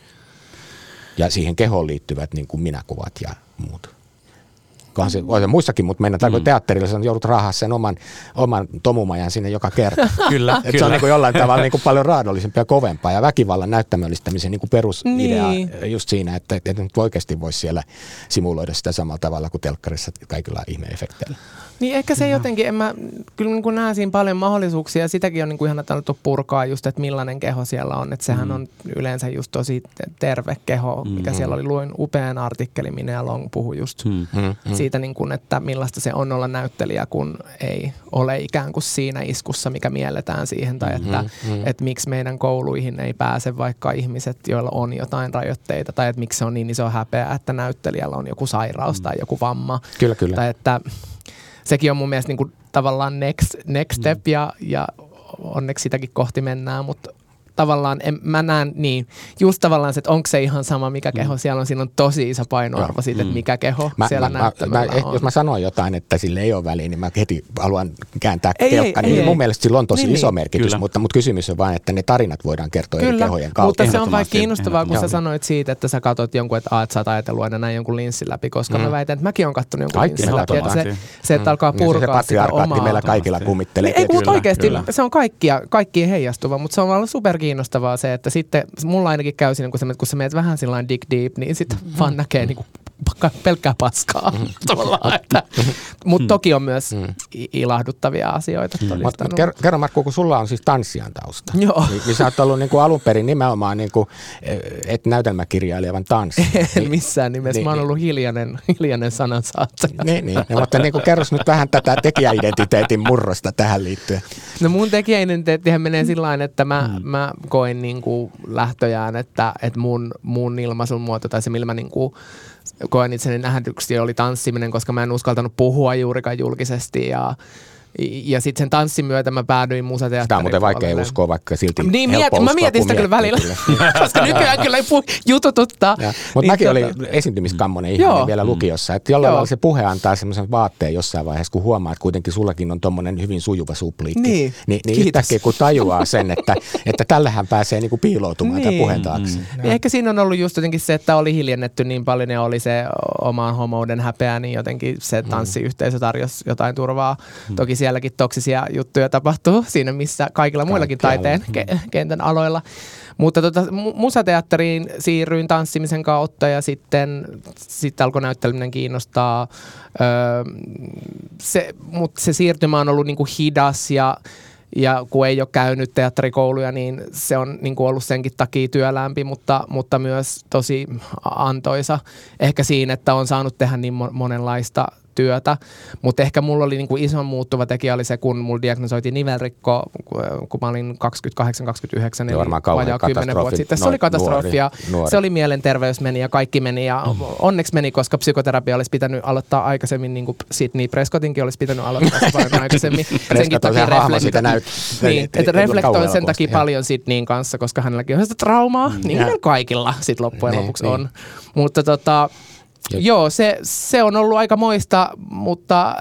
Ja siihen kehoon liittyvät niin kuin minäkuvat ja muut. Kohan se voi muissakin, mutta meidän mm. teatterilla se on joudut raahaa sen oman, oman tomumajan sinne joka kerta. Kyllä, kyllä. Se on niin kuin jollain tavalla niin kuin paljon raadollisempaa ja kovempaa ja väkivallan näyttämöllistämisen niin kuin perusidea niin. Just siinä, että, että nyt oikeasti voisi siellä simuloida sitä samalla tavalla kuin telkkarissa kaikilla ihme-efekteillä. Niin ehkä se jotenkin, en mä kyllä niin kuin näen siinä paljon mahdollisuuksia ja sitäkin on niin kuin ihan annettu purkaa just, että millainen keho siellä on. Että sehän mm. on yleensä just tosi terve keho, mikä mm. siellä oli. Luin upean artikkelin, Minä Long puhui just mm. siitä, niin kuin, että millaista se on olla näyttelijä, kun ei ole ikään kuin siinä iskussa, mikä mielletään siihen. Tai että, mm. että miksi meidän kouluihin ei pääse vaikka ihmiset, joilla on jotain rajoitteita. Tai että miksi se on niin iso häpeä, että näyttelijällä on joku sairaus mm. tai joku vamma. Kyllä, kyllä. Tai että sekin on mun mielestä niin kuin tavallaan next, next step ja, ja onneksi sitäkin kohti mennään, mutta tavallaan en, mä näen niin, just tavallaan se, että onko se ihan sama mikä keho siellä on, siinä on tosi iso painoarvo siitä, että mikä keho mä, siellä mä, näyttämällä mä, on. Jos mä sanon jotain, että sille ei ole väliä, niin mä heti haluan kääntää kelkkaan. Niin mun mielestä sillä on tosi niin, iso niin, merkitys, mutta, mutta kysymys on vain, että ne tarinat voidaan kertoa kyllä, eri kehojen kautta. Mutta se on vaikka kiinnostavaa, kun sä sanoit siitä, että sä katsot jonkun, että, että sä oot ajatellut aina näin jonkun linssin läpi, koska mm. mä väitän, että mäkin oon katsonut jonkun kaikki linssin läpi. Että se, se, että alkaa purkaa se sitä omaa. Meillä kaikilla kummittelee. Ei, mutta oikeasti se on kaikkiin heijastuva, mutta se on vaan superkiinnostavaa se, että sitten mulla ainakin käy siinä, kun sä, kun sä menet vähän sillain dig deep, niin sitten mm-hmm. vaan näkee niinku pelkkää paskaa mm-hmm. tavallaan. Mutta toki on myös mm-hmm. ilahduttavia asioita. Mm-hmm. Mutta mut kerro, kerro Markku, kun sulla on siis tanssijan tausta. Joo. Niin, niin sä oot ollut niinku alun perin nimenomaan niinku, et näytelmäkirjailija, vaan tanssi. En niin, missään nimessä. Niin, mä oon ollut hiljainen, hiljainen sanansaattaja. Niin, niin. No, mutta niinku kerros nyt vähän tätä tekijäidentiteetin murrosta tähän liittyen. No mun tekijäidentiteettihän menee sillain, että mä, mm. mä koin niinku lähtöjään, että, että mun, mun ilmaisun muoto tai se millä mä niinku koen itseni nähdyksi oli tanssiminen, koska mä en uskaltanut puhua juurikaan julkisesti ja Ja sitten sen tanssin myötä mä päädyin musateatteriin. Sitä on muuten vaikea uskoa, vaikka silti niin, helppo miet, uskoa. Mä mietin sitä kyllä välillä, koska nykyään kyllä ei jutututtaa. Mutta niin mäkin olin esiintymiskammonen ihminen joo. vielä lukiossa. Että jollain lailla se puhe antaa semmoisen vaatteen jossain vaiheessa, kun huomaa, että kuitenkin sullakin on tommonen hyvin sujuva supliikki. Niin, Ni, niin yhtäkkiä kun tajuaa sen, että, että tällähän pääsee niinku piiloutumaan niin. tämän puheen taakse. Mm. Niin ehkä siinä on ollut just jotenkin se, että oli hiljennetty niin paljon ja oli se oman homouden häpeä, niin jotenkin se tanssiyhteisö tarjosi jotain turvaa. Mm. Toki sielläkin toksisia juttuja tapahtuu siinä, missä kaikilla muillakin taiteen ke- kentän aloilla. Mutta tota, musateatteriin siirryin tanssimisen kautta ja sitten sit alkoi näytteleminen kiinnostaa. Öö, se, mutta se siirtymä on ollut niinku hidas ja Ja kun ei ole käynyt teatterikouluja, niin se on niin kuin ollut senkin takia työlämpi, mutta, mutta myös tosi antoisa. Ehkä siinä, että on saanut tehdä niin monenlaista työtä, mutta ehkä mulla oli niin kuin ison muuttuva tekijä oli se, kun mulla diagnosoitiin nivelrikko, kun mä olin kaksikymmentäkahdeksan kaksikymmentäyhdeksän, eli vajaa kymmenen vuotta sitten. Se oli katastrofi ja se oli mielenterveys meni ja kaikki meni ja mm. onneksi meni, koska psykoterapia olisi pitänyt aloittaa aikaisemmin, niin kuin Sydney Prescottinkin olisi pitänyt aloittaa paljon aikaisemmin. Senkin takia reflektoin, niin, että reflektoin sen takia paljon Sydneyn kanssa, koska hänelläkin on sitä traumaa, mm. niin meillä kaikilla sit loppujen lopuksi on. Mutta tota joo, se, se on ollut aika moista, mutta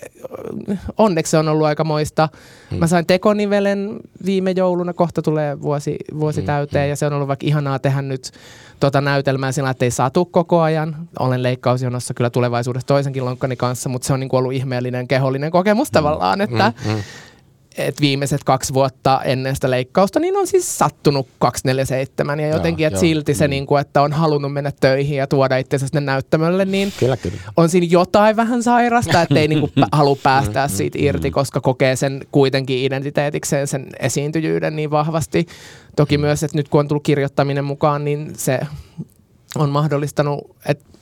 onneksi se on ollut aika moista. Hmm. Mä sain tekonivelen viime jouluna, kohta tulee vuosi, vuosi hmm. täyteen ja se on ollut vaikka ihanaa tehdä nyt tota näytelmää sillä, että ei satu koko ajan. Olen leikkausjonossa kyllä tulevaisuudessa toisenkin lonkkani kanssa, mutta se on niin kuin ollut ihmeellinen kehollinen kokemus hmm. tavallaan, että hmm. Hmm. Et viimeiset kaksi vuotta ennen sitä leikkausta, niin on siis sattunut kaksikymmentäneljä seitsemän ja jotenkin, että silti se, mm. niin kuin, että on halunnut mennä töihin ja tuoda itsensä sinne näyttämölle, niin kyllä, kyllä. on siinä jotain vähän sairasta, että ei niin kuin halua päästää siitä irti, koska kokee sen kuitenkin identiteetikseen, sen esiintyjyyden niin vahvasti. Toki myös, että nyt kun on tullut kirjoittaminen mukaan, niin se on mahdollistanut, että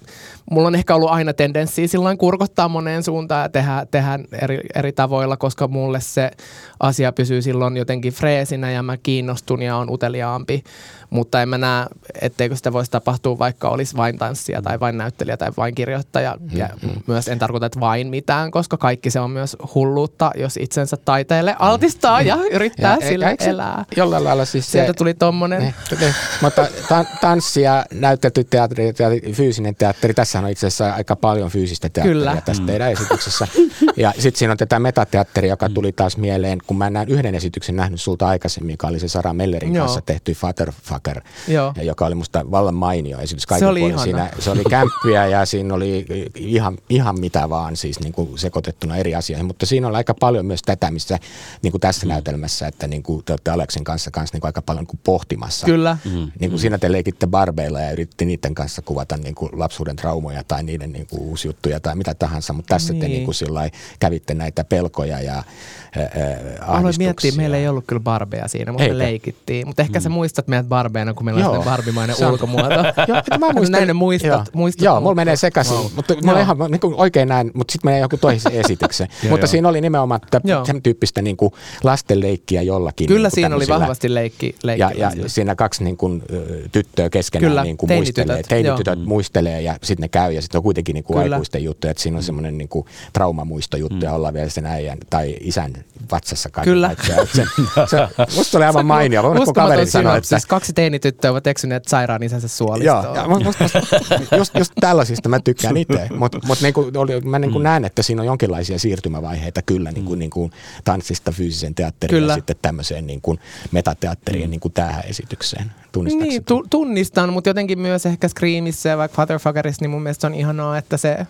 mulla on ehkä ollut aina tendenssiä silloin kurkottaa moneen suuntaan ja tehdä, tehdä eri, eri tavoilla, koska mulle se asia pysyy silloin jotenkin freesinä ja mä kiinnostun ja on uteliaampi. Mutta en mä näe, etteikö sitä voisi tapahtua, vaikka olisi vain tanssia tai vain näyttelijä tai vain kirjoittaja. Mm-hmm. Ja myös en tarkoita, että vain mitään, koska kaikki se on myös hulluutta, jos itsensä taiteelle altistaa mm-hmm. ja yrittää ja sillä elää. Jollain lailla siis sieltä se, tuli tommonen. Ne, ne, mutta ta- tanssi ja näytelty teatteri ja fyysinen teatteri, tässähän on itse asiassa aika paljon fyysistä teatteria Kyllä. tässä teidän esityksessä. Ja sitten siinä on tätä metateatteria, joka tuli taas mieleen, kun mä näin yhden esityksen nähnyt sulta aikaisemmin, joka oli se Sara Mellerin Joo. kanssa tehty Fatherfucker, Joo. joka oli musta vallan mainio esitys. Se oli ihana. Siinä, se oli kämppiä ja siinä oli ihan, ihan mitä vaan siis niin kuin sekoitettuna eri asioihin, mutta siinä on aika paljon myös tätä, missä niin kuin tässä mm. näytelmässä, että niin kuin te olette Aleksin kanssa, kanssa niin kuin aika paljon niin kuin pohtimassa. Kyllä. Mm. Niin kuin siinä te leikitte barbeilla ja yritti niiden kanssa kuvata niin kuin lapsuuden traumoja tai niiden niin kuin uusjuttuja tai mitä tahansa, mutta tässä niin. te niin kuin sillai kävitte näitä pelkoja ja ää, ahdistuksia. Aloin miettiä, meillä ei ollut kyllä barbeja siinä, mutta Eikä. me leikittiin. Mutta ehkä mm. sä muistat meidät barbeina, kun meillä on sellainen barbimainen ulkomuoto. Joo, mä muistan. Näin ne muistat. Joo, muistat Joo mulla menee sekaisin, wow. mutta mulla ihan niin kuin oikein näin, mutta sitten menee joku toisen esityksen. mutta siinä oli nimenomaan sen tyyppistä niin kuin lastenleikkiä jollakin. Kyllä niin siinä oli vahvasti leikki. Ja, ja siinä kaksi niin kuin, tyttöä keskenään Kyllä, niin kuin muistelee. Teinitytöt muistelee ja sitten ne käy ja sitten on kuitenkin niin kuin aikuisten juttuja, että siinä on semmoinen niin kuin traumamuistojuttu ja ollaan vielä sen äijän tai isän vatsassa kaiken. Kyllä. Se, se, musta oli aivan mainio. Kun kaverit sanoi, että siis kaksi teinityttöä ovat eksyneet sairaan isänsä suolistoon. Joo, ja musta, just, just tällaisista mä tykkään itse, mutta mut niinku, mä niinku mm. näen, että siinä on jonkinlaisia siirtymävaiheita kyllä niinku, mm. niinku tanssista fyysisen teatteriin kyllä. ja sitten tämmöiseen niinku metateatteriin mm. niinku tähän esitykseen. Tunnistatko niin, tu- tunnistan, mutta jotenkin myös ehkä Screamissä ja vaikka Fatherfuckerissa, niin mun mielestä on ihanaa, että se,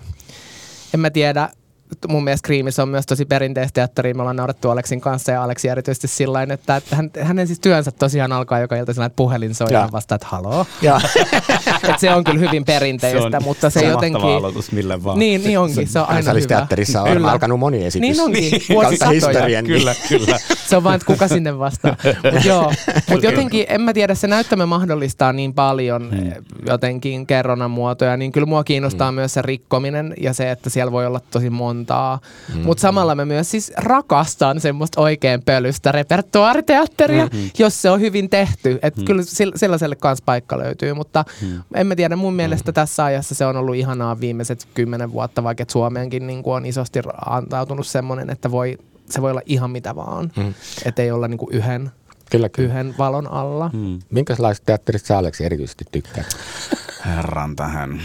en mä tiedä, mun mielestä Screamissä on myös tosi perinteistä teatteria. Me ollaan naurettu Aleksin kanssa ja Aleksi erityisesti sillain, että, että hän, hänen siis työnsä tosiaan alkaa joka ilta sillä, että puhelin soi ja vasta, että haloo. Että se on kyllä hyvin perinteistä, se on, mutta se, se jotenkin... mahtava aloitus mille vaan. Niin, niin onkin, se on aina hyvä. Kansallisteatterissa on kyllä. alkanut moni esitys. Niin onkin, vuosisatoja. Kyllä, kyllä. Se on vaan, että kuka sinne vastaa. Mutta joo, mutta jotenkin, en mä tiedä, se näyttämö mahdollistaa niin paljon hmm. jotenkin kerronnan muotoja, niin kyllä mua kiinnostaa hmm. myös se rikkominen ja se, että siellä voi olla tosi monta. Mm-hmm. Mutta samalla mä myös siis rakastan semmoista oikein pölystä repertuaariteatteria, mm-hmm. jos se on hyvin tehty. Että mm-hmm. kyllä sellaiselle kanssa paikka löytyy, mutta mm-hmm. en mä tiedä, mun mielestä mm-hmm. tässä ajassa se on ollut ihanaa viimeiset kymmenen vuotta, vaikka Suomeenkin niin on isosti antautunut semmoinen, että voi, se voi olla ihan mitä vaan. Mm-hmm. Että ei olla niin kuin yhden, kyllä, kyllä. yhden valon alla. Mm. Minkälaisesta teatterista sä Aleksi erityisesti tykkää? Herran tähän.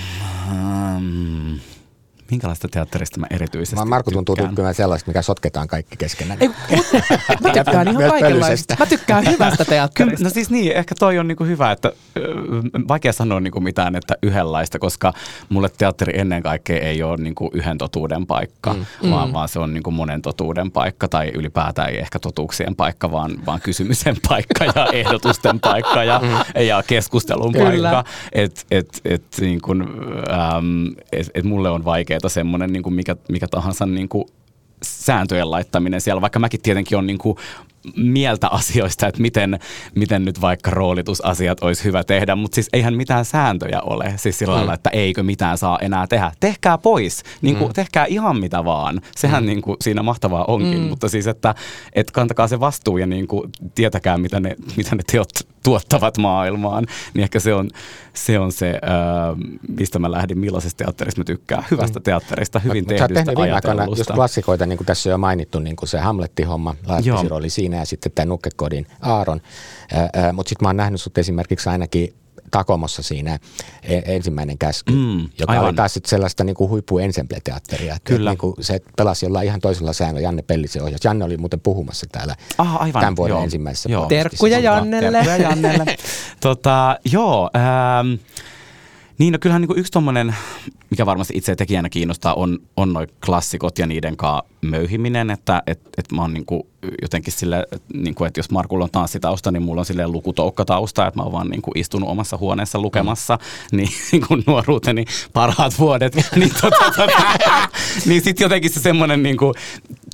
Um. Minkälaista teatterista mä erityisesti mä Markku tuntuu tykkään? Tykkään sellaista, mikä sotketaan kaikki keskenään. Ei, mä tykkään ihan kaikenlaista. Mä tykkään hyvästä teatterista. No siis niin, ehkä toi on niinku hyvä, että vaikea sanoa niinku mitään, että yhdenlaista, koska mulle teatteri ennen kaikkea ei ole niinku yhden totuuden paikka, mm. vaan, vaan se on niinku monen totuuden paikka, tai ylipäätään ei ehkä totuuksien paikka, vaan, vaan kysymisen paikka ja ehdotusten paikka ja, mm. ja keskustelun Kyllä. paikka. Että et, et, niinku, ähm, et, et mulle on vaikea semmoinen niin kuin mikä, mikä tahansa niin kuin sääntöjen laittaminen siellä, vaikka mäkin tietenkin on niin kuin mieltä asioista, että miten, miten nyt vaikka roolitusasiat olisi hyvä tehdä, mutta siis eihän mitään sääntöjä ole, siis sillä lailla, mm. että eikö mitään saa enää tehdä. Tehkää pois, niin kuin, mm. tehkää ihan mitä vaan. Sehän mm. niin kuin, siinä mahtavaa onkin, mm. mutta siis, että, että kantakaa se vastuu ja niin kuin, tietäkää, mitä ne, mitä ne teot tuottavat maailmaan, niin ehkä se on se, on se äh, mistä mä lähdin, millaisesta teatterista mä tykkään. Hyvästä mm. teatterista, hyvin no, tehdystä ajatellusta. Viime aikana just klassikoita, niin kuin tässä on jo mainittu, niin kuin se Hamletti-homma, Laaspisi rooli siinä ja sitten tämä Nukkekodin Aaron. Äh, äh, mutta sitten mä oon nähnyt sut esimerkiksi ainakin Takomossa siinä ensimmäinen käsky, mm, joka aivan. oli taas sitten sellaista niin kuin huippu ensemble-teatteria. Kyllä. Niin kuin se pelasi jollain ihan toisella säännöllä. Janne Pellisen ohjaus. Janne oli muuten puhumassa täällä Aha, aivan. tämän vuoden joo. ensimmäisessä joo. Terkkuja Jannelle. Terkkuja Jannelle. tota, joo, ähm, niin no kyllähän niin kuin yksi tommonen, mikä varmasti itse tekijänä kiinnostaa, on, on noi klassikot ja niiden kanssa möyhiminen, että et, et mä oon niin kuin jotenkin silleen, niin kuin, että jos Markulla on tanssitausta, niin mulla on silleen lukutoukkatausta, että mä oon vaan niin kuin istunut omassa huoneessa lukemassa, mm. niin, niin kuin nuoruuteni parhaat vuodet, niin, tota, tota, niin sit jotenkin se semmoinen niin kuin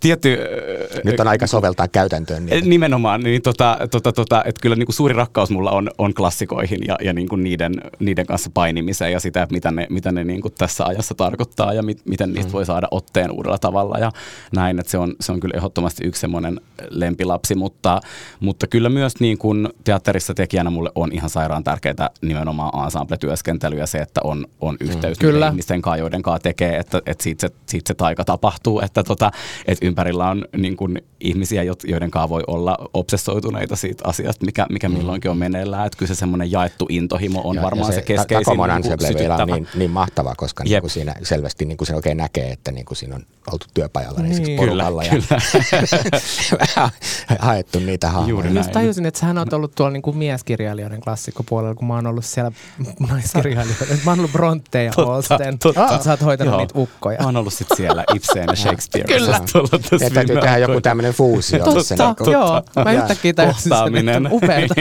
tietty... Nyt on aika soveltaa käytäntöön. Niin. Nimenomaan, niin tota, tota, tota, että kyllä niin kuin suuri rakkaus mulla on, on klassikoihin ja, ja niin kuin niiden, niiden kanssa painimiseen ja sitä, että mitä ne, mitä ne niin kuin tässä ajassa tarkoittaa ja mit, miten niistä mm. voi saada otteen uudella tavalla ja näin, että se on, se on kyllä ehdottomasti yksi semmoinen lempilapsi, mutta, mutta kyllä myös niin kuin teatterissa tekijänä mulle on ihan sairaan tärkeää nimenomaan ensemble-työskentely ja se, että on, on yhteys mm. niiden ihmisten kanssa, joiden kanssa tekee, että, että siitä, se, siitä se taika tapahtuu, että, tota, että ympärillä on niin kuin ihmisiä, joiden kanssa voi olla obsessoituneita siitä asiasta, mikä, mikä milloinkin on meneillään. Että kyllä se semmoinen jaettu intohimo on ja, ja se, se keskeisin Takomon niin ensemble on niin, niin mahtava, koska niin kuin siinä selvästi niin kuin se oikein näkee, että niin kuin siinä on oltu työpajalla niin, niin porukalla ja vähän haettu niitä hahmoja. Just tajusin, että sähän oot ollut tuolla niin kuin mieskirjailijoiden klassikkopuolella, kun mä oon ollut siellä naiskirjailijoiden. Mä oon ollut Bronte ja Austen. Sä oot hoitanut Joo. niitä ukkoja. Mä oon ollut sit siellä Ibsen ja Shakespeare. Kyllä. Ja täytyy tehdä joku tämmöinen fuusio. Totta, niin joo. Mä yhtäkkiä täysin sen, upeata.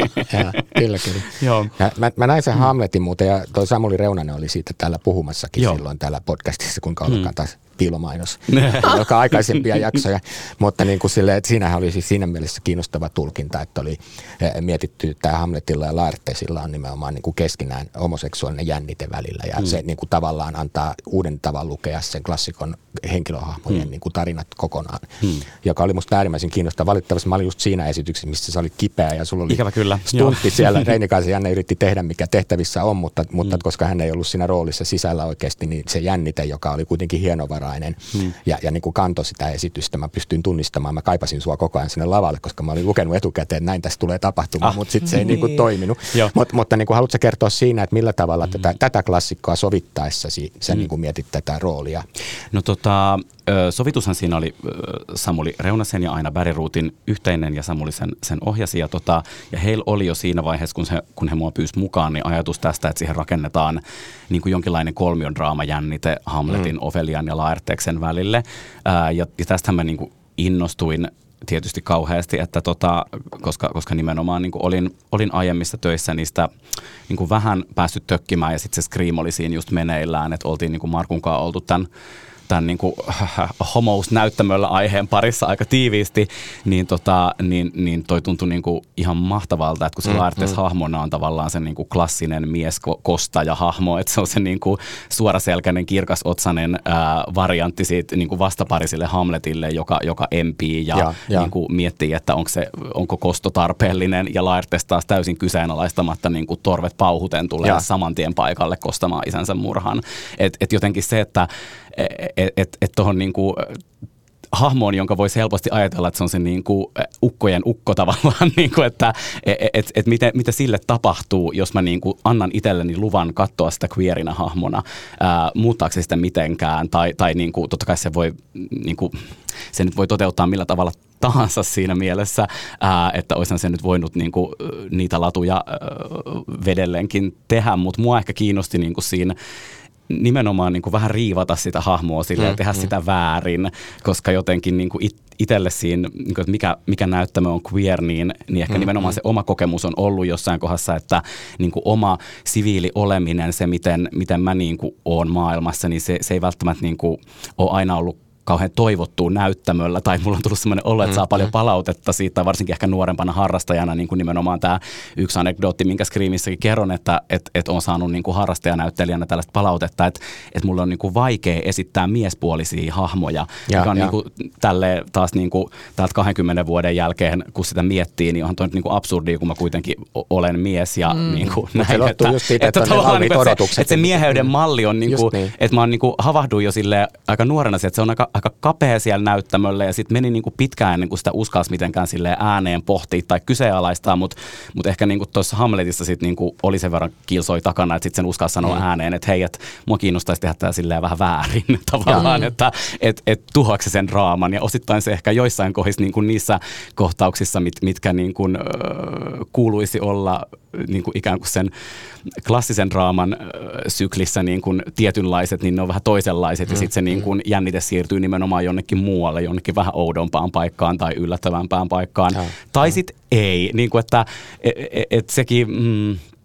Kyllä, kyllä. Joo. Mä, mä näin sen Hamletin muuten, ja toi Samuli Reunanen oli siitä täällä puhumassakin Joo. silloin täällä podcastissa, kuinka ollakaan taas piilomainos, joka aikaisempia jaksoja, mutta niin kuin silleen, että siinähän oli siis siinä mielessä kiinnostava tulkinta, että oli mietitty tämä Hamletilla ja Laertesilla on nimenomaan niin kuin keskinään homoseksuaalinen jännite välillä ja mm. se niin kuin tavallaan antaa uuden tavan lukea sen klassikon henkilöhahmojen mm. niin kuin tarinat kokonaan, mm. joka oli musta äärimmäisen kiinnostava. Valitettavasti mä olin just siinä esityksessä, missä se oli kipeä ja sulla oli Ikävä kyllä. stuntti siellä. Reinikaisen Janne yritti tehdä, mikä tehtävissä on, mutta, mutta mm. koska hän ei ollut siinä roolissa sisällä oikeasti, niin se jännite, joka oli kuitenkin hienovarainen Hmm. ja, ja niin kuin kantoi sitä esitystä. Mä pystyin tunnistamaan. Mä kaipasin sua koko ajan sinne lavalle, koska mä olin lukenut etukäteen, että näin tässä tulee tapahtumaan, ah. mutta sitten se ei niin kuin toiminut. Mut, mutta niin kuin haluatko kertoa siinä, että millä tavalla hmm. tätä, tätä klassikkoa sovittaessasi sä hmm. niin kuin mietit tätä roolia? No tota, sovitushan siinä oli Samuli Reunasen ja Aina Bergruutin yhteinen ja Samuli sen, sen ohjasi. Ja, tota, ja heillä oli jo siinä vaiheessa, kun, se, kun he mua pyysi mukaan, niin ajatus tästä, että siihen rakennetaan niin kuin jonkinlainen kolmion draamajännite Hamletin, hmm. Ofelian ja Laerteksen välille. Ää, ja, ja tästähän mä niin kuin innostuin tietysti kauheasti, että tota, koska, koska nimenomaan niin kuin olin, olin aiemmissa töissä niistä niin kuin vähän päässyt tökkimään ja sitten se Scream oli siinä just meneillään, että oltiin niin kuin Markun kanssa oltu tämän tämän niin kuin homousnäyttämöllä aiheen parissa aika tiiviisti, niin, tota, niin, niin toi tuntui niin kuin ihan mahtavalta, että kun se mm, Laertes-hahmona on tavallaan se niin kuin klassinen mies-kostaja-hahmo, että se on se niin kuin suoraselkäinen, kirkasotsainen ää, variantti siitä niin kuin vastaparisille Hamletille, joka, joka empii ja, ja, ja. Niin kuin miettii, että onko, se, onko kosto tarpeellinen, ja Laertes taas täysin kyseenalaistamatta niin kuin torvet pauhuten tulee ja. saman tien paikalle kostamaan isänsä murhan. Et, et jotenkin se, että että et, et tuohon niinku hahmoon, jonka voisi helposti ajatella, että se on se niinku ukkojen ukko tavallaan, niinku, että et, et, et mitä, mitä sille tapahtuu, jos mä niinku annan itselleni luvan katsoa sitä queerinä hahmona, ää, muuttaako se sitä mitenkään, tai, tai niinku, totta kai se voi, niinku, se nyt voi toteuttaa millä tavalla tahansa siinä mielessä, ää, että olisihan se nyt voinut niinku, niitä latuja ää, vedelleenkin tehdä, mutta mua ehkä kiinnosti niinku siinä nimenomaan niin kuin vähän riivata sitä hahmoa sille mm, ja tehdä mm. sitä väärin, koska jotenkin niin kuin it, itselle siinä, niin kuin, että mikä, mikä näyttämö on queer, niin, niin ehkä mm, nimenomaan mm. se oma kokemus on ollut jossain kohdassa, että niin kuin oma siviili oleminen, se miten, miten mä niin kuin oon maailmassa, niin se, se ei välttämättä niin kuin ole aina ollut kauhean toivottua näyttämöllä, tai mulla on tullut sellainen olo, että saa paljon palautetta siitä, varsinkin ehkä nuorempana harrastajana, niin kuin nimenomaan tämä yksi anekdootti, minkä Screamissäkin kerron, että et, et on saanut niin kuin harrastajanäyttelijänä tällaista palautetta, että et mulla on niin kuin vaikea esittää miespuolisia hahmoja, ja, joka on niin kuin tälleen taas niin kuin täältä kahdenkymmenen vuoden jälkeen, kun sitä miettii, niin onhan toi nyt niin kuin absurdia, kun mä kuitenkin olen mies ja mm. niin kuin näin, se että, siitä, että, että, että, niin, että, se, että se mieheyden malli on, niin kuin, niin. että mä oon niin kuin havahduin jo silleen aika nuorena, että se on aika aika kapea siellä näyttämöllä ja sitten meni niinku pitkään ennen kuin sitä uskalsi mitenkään silleen ääneen pohtia tai kyseenalaistaa, mutta mut ehkä niinku tuossa Hamletissa sit niinku oli sen verran kilsoi takana, että sitten sen uskalsi sanoa mm. ääneen, että hei, että mua kiinnostaisi tehdä tätä silleen vähän väärin tavallaan, mm. että et, et tuhoaksi sen draaman ja osittain se ehkä joissain kohdissa niinku niissä kohtauksissa, mit, mitkä niinku, äh, kuuluisi olla niinku ikään kuin sen klassisen draaman äh, syklissä niinku tietynlaiset, niin ne on vähän toisenlaiset mm. ja sitten se niinku jännite siirtyy nimenomaan jonnekin muualle, jonnekin vähän oudompaan paikkaan tai yllättävämpään paikkaan. Ja, tai sitten ei, niin kuin että et, et sekin... Mm,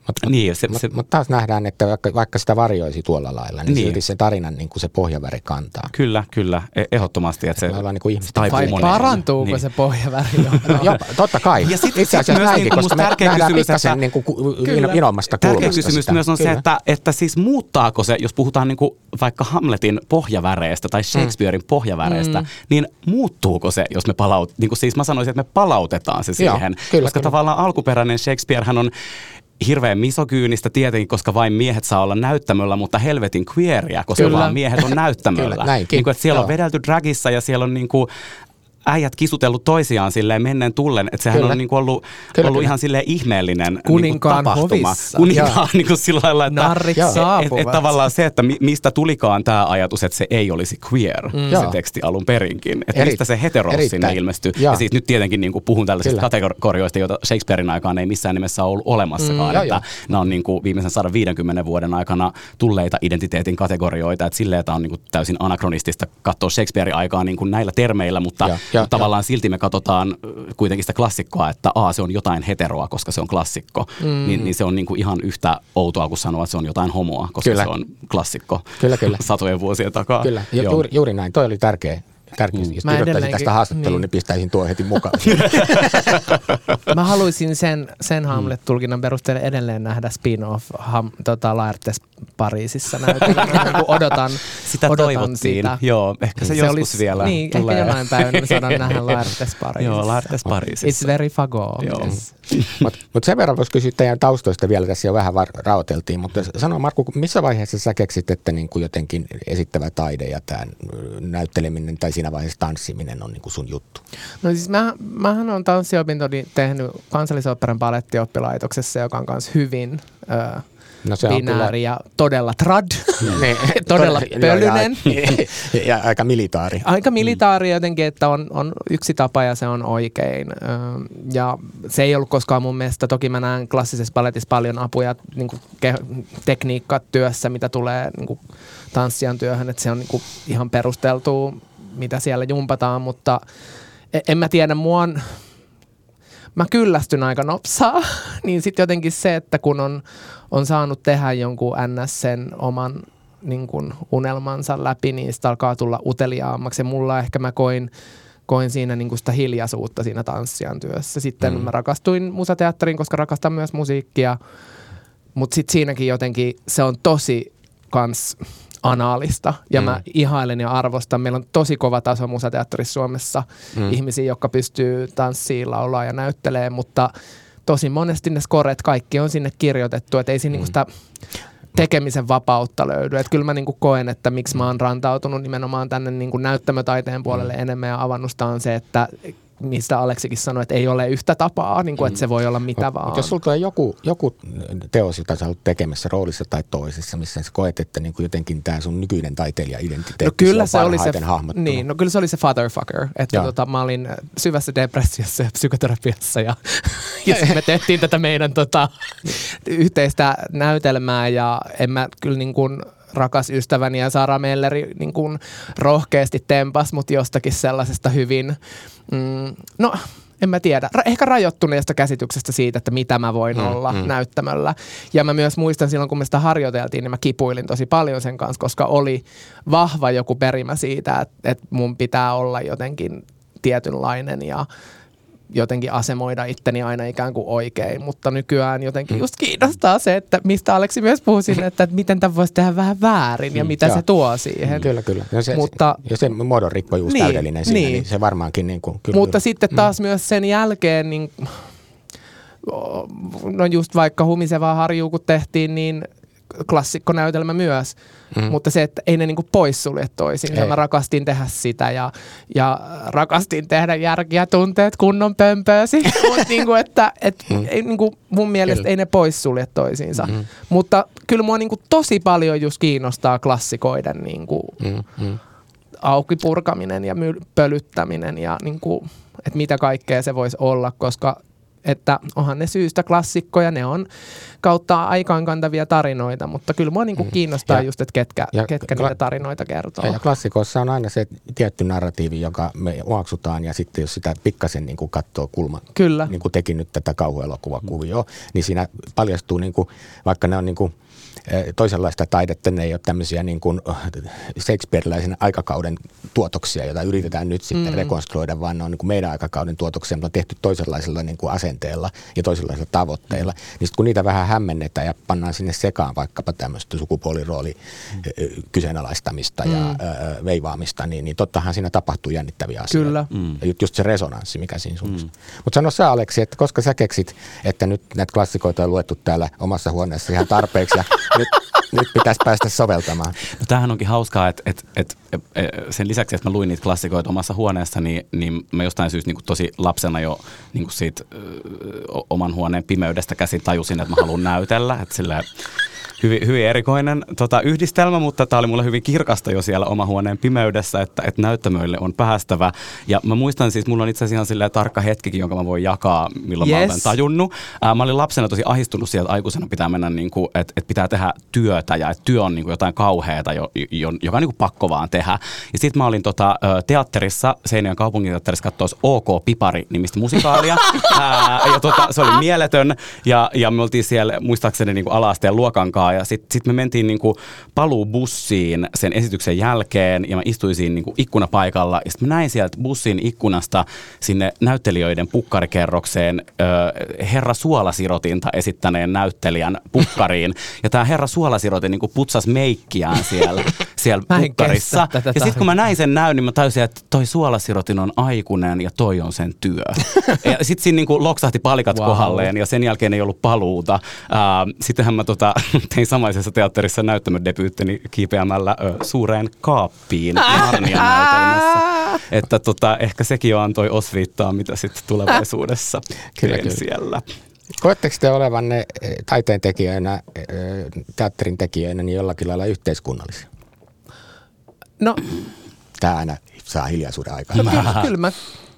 Mutta niin, se, mut, se, mut taas nähdään, että vaikka, vaikka sitä varjoisi tuolla lailla, niin, niin. silti se tarinan niin kuin se pohjaväri kantaa. Kyllä, kyllä, ehdottomasti. Että se me ollaan niin kuin ihmistä. Vai parantuuko niin. se pohjaväri? Joo, totta kai. Ja sit, itse asiassa näinkin, niin koska me nähdään pikkasen niin kuin inommasta kulmasta. Tärkeä kysymys sitä. myös on Kyllä. se, että, että siis muuttaako se, jos puhutaan niin kuin vaikka Hamletin pohjaväreistä tai Shakespearein mm. pohjaväreistä, mm. niin muuttuuko se, jos me palaut, niin kuin siis mä sanoisin, että me palautetaan se siihen. Joo, kyllä, koska kyllä. tavallaan alkuperäinen Shakespearehän on hirveän misogyynistä tietenkin, koska vain miehet saa olla näyttämöllä, mutta helvetin queeria, koska kyllä. vaan miehet on näyttämöllä. Kyllä, niin kuin, että siellä Joo. on vedelty dragissa ja siellä on niin kuin äijät kisutellut toisiaan silleen menneen tullen, että sehän kyllä. on niin kuin ollut, kyllä, ollut kyllä. ihan silleen ihmeellinen Kuninkaan niin kuin tapahtuma. hovissa. Kuninkaan niin kuin sillä lailla, että narrit et, et, et tavallaan se, että mistä tulikaan tämä ajatus, että se ei olisi queer, mm. se teksti alun perinkin. Että Eri, mistä se hetero sinne ilmestyy. Ja. ja siis nyt tietenkin niin kuin puhun tällaisista kyllä. kategorioista, joita Shakespearein aikaan ei missään nimessä ollut olemassakaan. Mm. Että ja, nämä on niin kuin viimeisen sata viisikymmentä vuoden aikana tulleita identiteetin kategorioita. Että silleen, että on niin kuin täysin anakronistista katsoa Shakespearein aikaa niin kuin näillä termeillä, mutta ja. Ja, tavallaan ja. silti me katsotaan kuitenkin sitä klassikkoa, että a, se on jotain heteroa, koska se on klassikko. Mm. Niin, niin se on niinku ihan yhtä outoa kuin sanoa, että se on jotain homoa, koska kyllä. se on klassikko kyllä, kyllä. satojen vuosien takaa. Kyllä, ja juuri, juuri näin. Toi oli tärkeä. Tärkeä. Jos kirjoittaisin tästä haastattelua, niin. niin pistäisin tuo heti mukaan. Mä haluaisin sen, sen Hamlet-tulkinnan perusteella edelleen nähdä spin-off ham, tota, Laertes Pariisissa näytellä. niin odotan sitä odotan toivottiin. Sitä. Joo, ehkä se, se joskus olisi, vielä niin, tulee. Ehkä jonain päivänä me saadaan nähdä Laertes Pariisissa. Joo, Laertes Pariisissa. It's very fago. Yes. Mutta mut sen verran voisi kysyä teidän taustoista vielä, tässä jo vähän var- raoteltiin, mutta sano Markku, missä vaiheessa sä keksit, että niin kuin jotenkin esittävä taide ja tämä näytteleminen tai siinä vaiheessa tanssiminen on niin kuin sun juttu? No siis mä, mähän olen tanssiopintoni tehnyt Kansallisoopperan balettioppilaitoksessa, joka on myös hyvin ö, no binääri ja todella trad, ne, todella pölyinen. Ja, ja, ja aika militaari. Aika militaari jotenkin, että on, on yksi tapa ja se on oikein. Ja se ei ollut koskaan mun mielestä, toki mä näen klassisessa baletissa paljon apuja niin kuin ke- tekniikkatyössä, mitä tulee niin kuin tanssijan työhön, että se on niin kuin ihan perusteltua, mitä siellä jumpataan, mutta en mä tiedä, mua on, mä kyllästyn aika nopsaa, niin sitten jotenkin se, että kun on, on saanut tehdä jonkun ns. Sen oman niin kun unelmansa läpi, niin sitä alkaa tulla uteliaammaksi. Ja mulla ehkä mä koin, koin siinä niin kun sitä hiljaisuutta siinä tanssijan työssä. Sitten mm. mä rakastuin musateatteriin, koska rakastan myös musiikkia, mutta sitten siinäkin jotenkin se on tosi kans anaalista. Ja mm. mä ihailen ja arvostan. Meillä on tosi kova taso musateatterissa Suomessa. Mm. Ihmisiä, jotka pystyy tanssiin, laulaa ja näyttelee, mutta tosi monesti ne skoret, kaikki on sinne kirjoitettu. Että ei siinä mm. niinku sitä tekemisen vapautta löydy. Että kyllä mä niinku koen, että miksi mä oon rantautunut nimenomaan tänne niinku näyttämötaiteen puolelle mm. enemmän ja avannusta on se, että mistä Aleksikin sanoi, että ei ole yhtä tapaa, niin kuin, että se voi olla mitä mut, vaan. Mut jos sulta on joku, joku teos, jota sä olet tekemässä roolissa tai toisessa, missä sä koet, että niin kuin jotenkin tämä sun nykyinen taiteilija-identiteetti no kyllä se oli se, niin, no kyllä se oli se fatherfucker, että tota, mä olin syvässä depressiossa ja psykoterapiassa ja, ja me tehtiin tätä meidän tota, yhteistä näytelmää ja en mä kyllä niin kuin rakas ystäväni ja Sara Melleri niin kuin rohkeasti tempas mut jostakin sellaisesta hyvin, mm, no en mä tiedä, ra- ehkä rajoittuneesta käsityksestä siitä, että mitä mä voin mm, olla mm. näyttämöllä. Ja mä myös muistan silloin, kun me sitä harjoiteltiin, niin mä kipuilin tosi paljon sen kanssa, koska oli vahva joku perimä siitä, että, että mun pitää olla jotenkin tietynlainen ja jotenkin asemoida itteni aina ikään kuin oikein, mutta nykyään jotenkin just kiinnostaa se, että mistä Aleksi myös puhui sinne, että miten tämän voisi tehdä vähän väärin ja mitä mm, se joo. tuo siihen. Kyllä, kyllä. Ja se, mutta, ja se muodonrikkojuus niin, täydellinen siinä, niin. niin se varmaankin niin kuin, kyllä. Mutta kyllä. sitten taas mm. myös sen jälkeen, niin, no just vaikka Humisevaa harjuu kun tehtiin, niin klassikkonäytelmä myös, mm. mutta se, että ei ne niinku poissulje toisiinsa. Mä rakastin tehdä sitä ja, ja rakastin tehdä järkiä tunteet kunnon pömpöösi, mutta niinku, että et, mm. ei, niinku, mun mielestä kyllä. ei ne poissulje toisiinsa. Mm. Mutta kyllä mua niinku tosi paljon just kiinnostaa klassikoiden niinku mm. Mm. auki purkaminen ja myl- pölyttäminen ja niinku, että mitä kaikkea se voisi olla, koska Että onhan ne syystä klassikkoja, ne on kautta aikaan kantavia tarinoita, mutta kyllä mua niinku kiinnostaa ja, just, että ketkä, ja, ketkä kla- niitä tarinoita kertoo. Ja, ja klassikoissa on aina se tietty narratiivi, joka me omaksutaan, ja sitten jos sitä pikkasen niin kuin katsoo kulma, kyllä. niin kuin teki nyt tätä kauhuelokuvakuvioa, niin siinä paljastuu, niin kuin, vaikka ne on niin kuin toisenlaista taidetta, ne ei ole tämmöisiä niin kuin Shakespeareläisen aikakauden tuotoksia, joita yritetään nyt sitten mm. rekonstruoida, vaan ne on niin kuin meidän aikakauden tuotoksia, mutta on tehty toisenlaisella niin kuin asenteella ja toisenlaisilla tavoitteilla. Mm. Niin sitten kun niitä vähän hämmennetään ja pannaan sinne sekaan vaikkapa tämmöistä sukupuolirooli mm. kyseenalaistamista mm. ja ö, veivaamista, niin, niin tottahan siinä tapahtuu jännittäviä asioita. Kyllä. Mm. Just se resonanssi, mikä siinä sun. Mm. Mutta sano sä, Aleksi, että koska sä keksit, että nyt näitä klassikoita on luettu täällä omassa huoneessa ihan tarpeeksi ja nyt, nyt pitäisi päästä soveltamaan. No tämähän onkin hauskaa, että, että, että sen lisäksi, että mä luin niitä klassikoita omassa huoneessa, niin, niin mä jostain syystä niin kuin tosi lapsena jo niin kuin siitä ö, oman huoneen pimeydestä käsin tajusin, että mä haluan näytellä. Että sillä Hyvin, hyvin erikoinen tota, yhdistelmä, mutta tämä oli mulle hyvin kirkasta jo siellä oma huoneen pimeydessä, että, että näyttämöille on päästävä. Ja mä muistan siis, mulla on itse asiassa ihan tarkka hetkikin, jonka mä voin jakaa, milloin yes. mä olen tajunnut. Ää, mä olin lapsena tosi ahdistunut siitä, että aikuisena pitää mennä, niin kuin, että, että pitää tehdä työtä ja että työ on niin kuin jotain kauheata, jo, jo, joka on niin kuin pakko vaan tehdä. Ja sitten mä olin tota, teatterissa, Seinäjoen kaupunginteatterissa katsoisi OK Pipari-nimistä musikaalia. Ää, ja tota, se oli mieletön ja, ja me oltiin siellä muistaakseni niin kuin ala-asteen luokankaan. Ja sitten sit me mentiin niinku paluubussiin sen esityksen jälkeen ja mä istuin siinä niinku ikkunapaikalla. Ja sitten mä näin sieltä bussin ikkunasta sinne näyttelijöiden pukkarikerrokseen ö, herra Suolasirotinta esittäneen näyttelijän pukkariin. Ja tää herra Suolasirotin niinku putsasi meikkiään siellä, siellä pukkarissa. Ja sitten kun mä näin sen näyn, niin mä tajusin, että toi Suolasirotin on aikuinen ja toi on sen työ. Ja sitten siinä niinku loksahti palikat wow. kohdalleen ja sen jälkeen ei ollut paluuta. Uh, Sittenhän mä tota, tein samaisessa teatterissa näyttämödebyyttini kiipeämällä ö, suureen kaappiin Narnian näytelmässä. Että tota, ehkä sekin jo antoi osviittaa, mitä sitten tulevaisuudessa kyllä, teen siellä. Koetteko te olevanne taiteen tekijöinä, teatterin tekijöinä, niin jollakin lailla yhteiskunnallisia? No. Tää aina saa hiljaisuuden aikaa. No kyllä, kyllä mä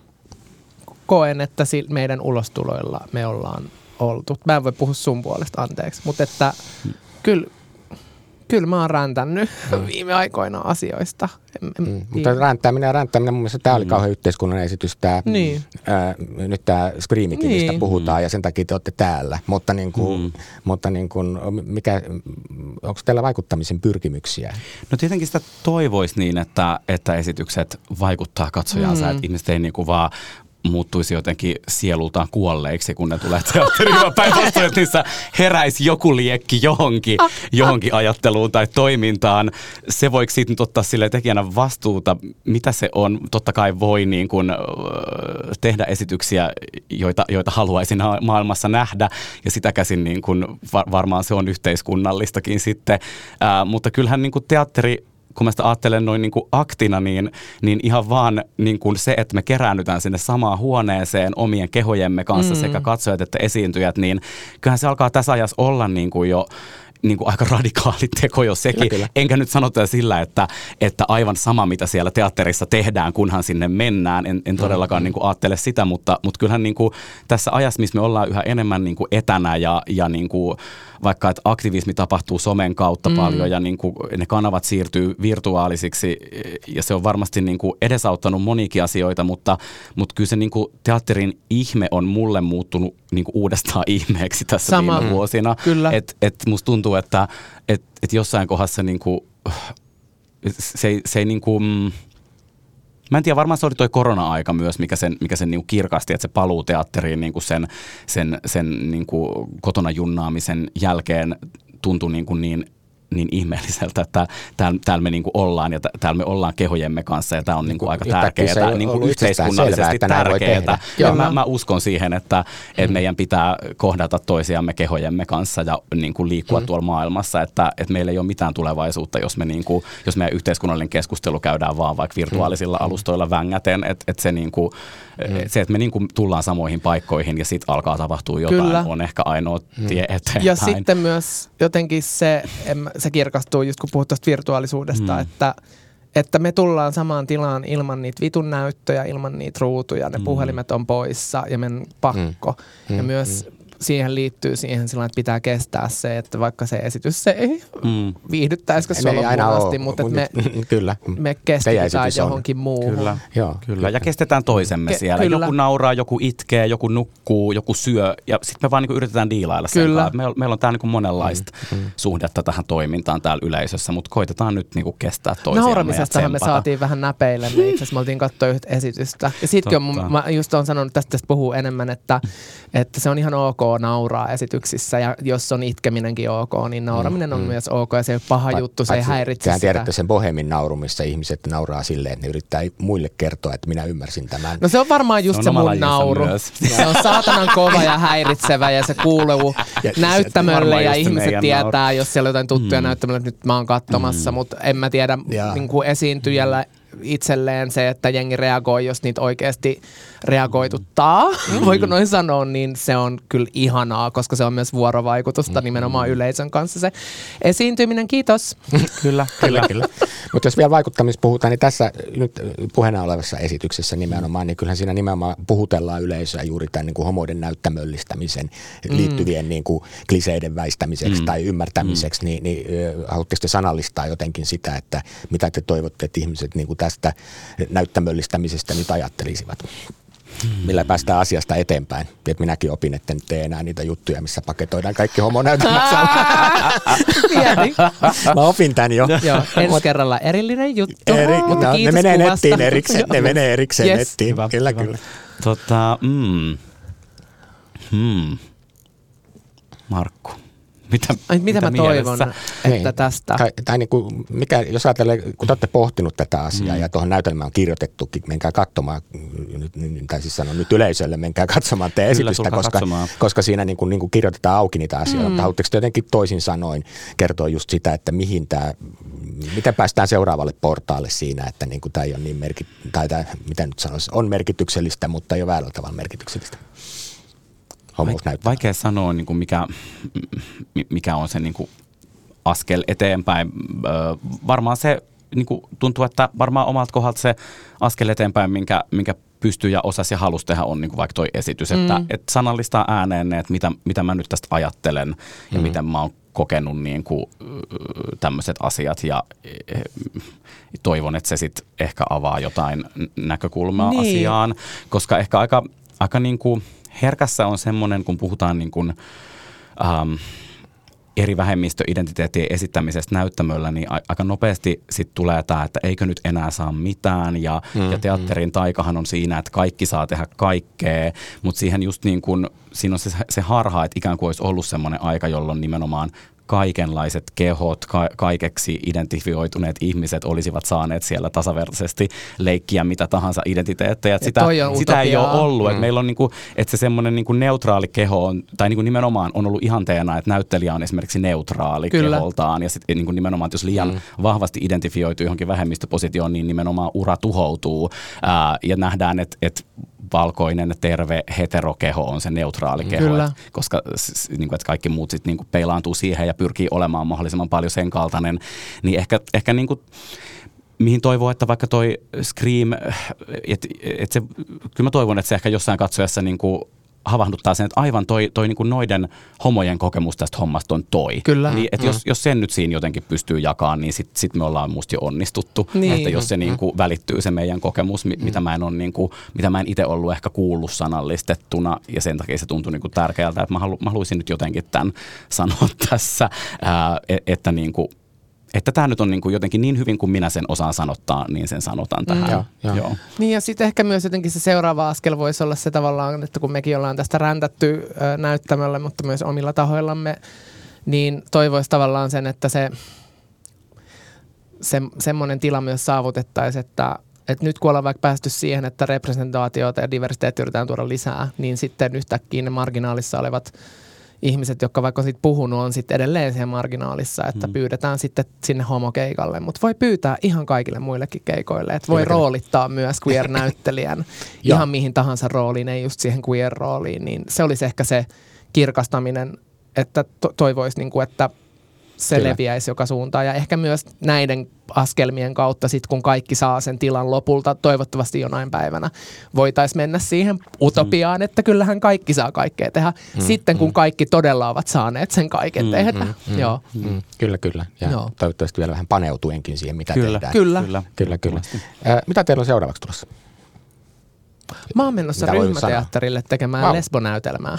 koen, että meidän ulostuloilla me ollaan oltu. Mä en voi puhua sun puolesta, anteeksi, mutta että kyllä, kyllä mä oon räntännyt mm. viime aikoina asioista. Mm. Mutta ränttäminen ja ränttäminen, mun mielestä tämä oli mm. kauhean yhteiskunnan esitys, tää, niin. ää, nyt tämä Screamikin, niin. mistä puhutaan mm. ja sen takia te olette täällä. Mutta, niin kuin, mm. mutta niin kuin, mikä, onko teillä vaikuttamisen pyrkimyksiä? No tietenkin sitä toivoisi niin, että, että esitykset vaikuttaa katsojaansa, mm. että ihmiset ei niin kuin vaan muuttuisi jotenkin sielultaan kuolleiksi, kun ne tulee teatteriin, vaan päinvastoin, että niissä heräisi joku liekki johonkin, johonkin ajatteluun tai toimintaan. Se voiko siitä nyt ottaa sille tekijänä vastuuta, mitä se on. Totta kai voi niin kuin tehdä esityksiä, joita, joita haluaisin maailmassa nähdä, ja sitä käsin niin kuin varmaan se on yhteiskunnallistakin sitten. Ää, mutta kyllähän niin kuin teatteri, kun mä sitä ajattelen noin niin kuin aktina, niin, niin ihan vaan niin kuin se, että me keräännytään sinne samaan huoneeseen omien kehojemme kanssa mm. sekä katsojat että esiintyjät, niin kyllähän se alkaa tässä ajassa olla niin kuin jo niin kuin aika radikaali teko jo sekin. Kyllä, kyllä. Enkä nyt sano tätä sillä, että, että aivan sama mitä siellä teatterissa tehdään, kunhan sinne mennään. En, en todellakaan mm-hmm. niin kuin ajattele sitä, mutta, mutta kyllähän niin kuin tässä ajassa, missä me ollaan yhä enemmän niin kuin etänä ja, ja niin kuin vaikka että aktivismi tapahtuu somen kautta mm. paljon ja niin kuin ne kanavat siirtyy virtuaalisiksi ja se on varmasti niin kuin edesauttanut monikin asioita, mutta, mutta kyllä se niin kuin teatterin ihme on mulle muuttunut niin kuin uudestaan ihmeeksi tässä Sama. viime vuosina. Että et musta tuntuu, että et, et jossain kohdassa niin kuin, se, se ei niin kuin, mä en tiedä, varmaan se oli toi korona-aika myös, mikä sen, mikä sen niinku kirkasti, että se paluu teatteriin niinku sen, sen, sen niinku kotona junnaamisen jälkeen tuntui niinku niin, niin ihmeelliseltä, että täällä, täällä me niinku ollaan ja täällä me ollaan kehojemme kanssa ja tämä on niinku aika tärkeää, niinku yhteiskunnallisesti tärkeää. Mä, mä uskon siihen, että et mm. meidän pitää kohdata toisiamme kehojemme kanssa ja niinku liikkua mm. tuolla maailmassa, että et meillä ei ole mitään tulevaisuutta, jos, me niinku, jos meidän yhteiskunnallinen keskustelu käydään vaan vaikka virtuaalisilla mm. alustoilla vängäten, että et se, niinku, mm. se, että me niinku tullaan samoihin paikkoihin ja sitten alkaa tapahtua jotain, Kyllä. on ehkä ainoa tie eteenpäin. Ja sitten myös jotenkin se, se kirkastuu, just kun puhut tuosta virtuaalisuudesta, mm. että että me tullaan samaan tilaan ilman niitä vitun näyttöjä, ilman niitä ruutuja, ne mm. puhelimet on poissa ja meidän pakko. Mm. Ja myös mm. siihen liittyy siihen sillä, että pitää kestää se, että vaikka se esitys se ei mm. viihdyttäisikö sua loppuun asti, mutta me, kyllä. me keskitytään johonkin muuhun. Kyllä. Joo, kyllä. Ja kestetään toisemme Ke- siellä. Kyllä. Joku nauraa, joku itkee, joku nukkuu, joku syö ja sitten me vaan niinku yritetään diilailla sen kanssa. Meillä, meillä on täällä niinku monenlaista mm. Mm. suhdetta tähän toimintaan täällä yleisössä, mutta koitetaan nyt niinku kestää toisiamme. Nauramisestahan me saatiin vähän näpeille. Itse asiassa me oltiin katsoa yhtä esitystä. Ja sittenkin on, mä just olen sanonut, tästä puhuu enemmän, että, että se on ihan ok nauraa esityksissä ja jos on itkeminenkin ok, niin nauraminen mm, on mm. myös ok ja se ei ole paha pa- juttu, se ei häiritse sitä. Tiedätte sen bohemin nauru, missä ihmiset nauraa silleen, että ne yrittää muille kertoa, että minä ymmärsin tämän. No se on varmaan just se, se mun nauru. Se on saatanan kova ja häiritsevä ja se kuuluu ja näyttämölle ja ihmiset tietää, nauru. Jos siellä on jotain tuttuja mm. näyttämölle, että nyt mä oon katsomassa, mm. mutta en mä tiedä niin kuin esiintyjällä itselleen se, että jengi reagoi, jos niitä oikeasti reagoituttaa, mm. voiko noin sanoa, niin se on kyllä ihanaa, koska se on myös vuorovaikutusta mm. nimenomaan yleisön kanssa se esiintyminen. Kiitos. Kyllä, kyllä, kyllä. Mutta jos vielä vaikuttamista puhutaan, niin tässä nyt puheena olevassa esityksessä nimenomaan, niin kyllähän siinä nimenomaan puhutellaan yleisöä juuri tämän niin kuin homoiden näyttämöllistämisen mm. liittyvien niin kuin kliseiden väistämiseksi mm. tai ymmärtämiseksi, mm. niin, niin haluatteko te sanallistaa jotenkin sitä, että mitä te toivotte, että ihmiset niin kuin tästä näyttämöllistämisestä nyt ajattelisivat? Millä päästään asiasta eteenpäin. Et minäkin opin, että nyt tee enää niitä juttuja, missä paketoidaan kaikki homonäytelmät. Mä opin tän jo. Joo, ensi kerralla erillinen juttu. Eri, mutta no, kiitos ne menee kuvasta. nettiin erikseen. Ne menee erikseen yes. nettiin. Hyvä, kyllä, hyvä. kyllä. Tota, mm. hmm. Markku. Mitä, Ai, mitä, mitä mä toivon, että niin. tästä... Tai, tai niin kuin, mikä, jos ajattelee, kun te olette pohtinut tätä asiaa mm. ja tuohon näytelmään on kirjoitettukin, menkää katsomaan, tai siis sanon nyt yleisölle, menkää katsomaan teidän esitystä, koska, koska siinä niin kuin, niin kuin kirjoitetaan auki niitä asioita. Mm. Haluatteko te jotenkin toisin sanoin kertoa just sitä, että mihin tämä, miten päästään seuraavalle portaalle siinä, että niin kuin tämä ei ole niin merkit, tai tämä, mitä nyt sanoisi, on merkityksellistä, mutta ei ole väärällä tavalla merkityksellistä. Vaikea sanoa, niin kuin mikä, mikä on se niin kuin askel eteenpäin. Varmaan se niin kuin tuntuu, että varmaan omalta kohdalta se askel eteenpäin, minkä, minkä pystyy ja osasi ja halusi tehdä, on niin kuin vaikka toi esitys. Mm. Että, että sanallistaa ääneen, että mitä, mitä mä nyt tästä ajattelen ja mm. miten mä oon kokenut niin kuin tämmöiset asiat ja toivon, että se sitten ehkä avaa jotain näkökulmaa niin. asiaan, koska ehkä aika, aika niin kuin herkässä on semmoinen, kun puhutaan niin kuin, ähm, eri vähemmistöidentiteettien esittämisestä näyttämöllä, niin a- aika nopeasti sitten tulee tämä, että eikö nyt enää saa mitään. Ja, mm, ja teatterin mm. taikahan on siinä, että kaikki saa tehdä kaikkea, mutta siihen just niin kuin, siinä on se, se harha, että ikään kuin olisi ollut semmoinen aika, jolloin nimenomaan kaikenlaiset kehot, ka- kaikeksi identifioituneet ihmiset olisivat saaneet siellä tasavertaisesti leikkiä mitä tahansa identiteettejä. Sitä, sitä ei ole ollut. Mm. Että meillä on niinku, että se semmoinen niinku neutraali keho on, tai niinku nimenomaan on ollut ihanteena, että näyttelijä on esimerkiksi neutraali Kyllä. keholtaan. Ja sitten niinku nimenomaan, että jos liian mm. vahvasti identifioituu johonkin vähemmistöpositioon, niin nimenomaan ura tuhoutuu. Ää, ja nähdään, että et valkoinen, terve, heterokeho on se neutraali keho, et, koska s- niinku, että kaikki muut sit niinku peilaantuu siihen ja pyrkii olemaan mahdollisimman paljon sen kaltainen, niin ehkä, ehkä niinku, mihin toivoo, että vaikka toi Scream, että et se, kyllä mä toivon, että se ehkä jossain katsojassa niinku havahduttaa sen, että aivan toi, toi niinku noiden homojen kokemus tästä hommasta on toi. Kyllä. Niin, että mm. jos, jos sen nyt siinä jotenkin pystyy jakamaan, niin sitten sit me ollaan musta jo onnistuttu. Niin. Että jos se niinku mm. välittyy se meidän kokemus, mm. mitä mä en ole niinku, mitä mä en itse ollut ehkä kuullut sanallistettuna, ja sen takia se tuntui niinku tärkeältä, että mä, halu, mä haluaisin nyt jotenkin tämän sanoa tässä, ää, että niinku että tämä nyt on niin kuin jotenkin niin hyvin kuin minä sen osaan sanottaa, niin sen sanotaan tähän. Mm. Joo, joo. Joo. Niin ja sitten ehkä myös jotenkin se seuraava askel voisi olla se tavallaan, että kun mekin ollaan tästä räntätty ö, näyttämällä, mutta myös omilla tahoillamme, niin toivoisi tavallaan sen, että se, se semmoinen tila myös saavutettaisiin, että että nyt kun ollaan vaikka päästy siihen, että representaatiota ja diversiteetti yritetään tuoda lisää, niin sitten yhtäkkiä ne marginaalissa olevat ihmiset, jotka vaikka on siitä puhunut, on sitten edelleen siellä marginaalissa, että mm. pyydetään sitten sinne homokeikalle, mutta voi pyytää ihan kaikille muillekin keikoille, että voi kyllä, roolittaa kyllä. myös queer-näyttelijän ihan mihin tahansa rooliin, ei just siihen queer-rooliin, niin se olisi ehkä se kirkastaminen, että to- toivoisi, niin kuin, että se Kyllä. leviäisi joka suuntaan. Ja ehkä myös näiden askelmien kautta, sit kun kaikki saa sen tilan lopulta, toivottavasti jonain päivänä voitaisiin mennä siihen utopiaan, mm. että kyllähän kaikki saa kaikkea tehdä. Mm. Sitten kun kaikki todella ovat saaneet sen kaiken mm. tehdä. Mm. Mm. Joo. Mm. Kyllä, kyllä. Ja Joo. toivottavasti vielä vähän paneutuenkin siihen, mitä Kyllä. tehdään. Kyllä. Kyllä. Kyllä, kyllä. Äh, mitä teillä on seuraavaksi tulossa? Mä oon menossa Mitä voi ryhmäteatterille tekemään Vau. lesbonäytelmää.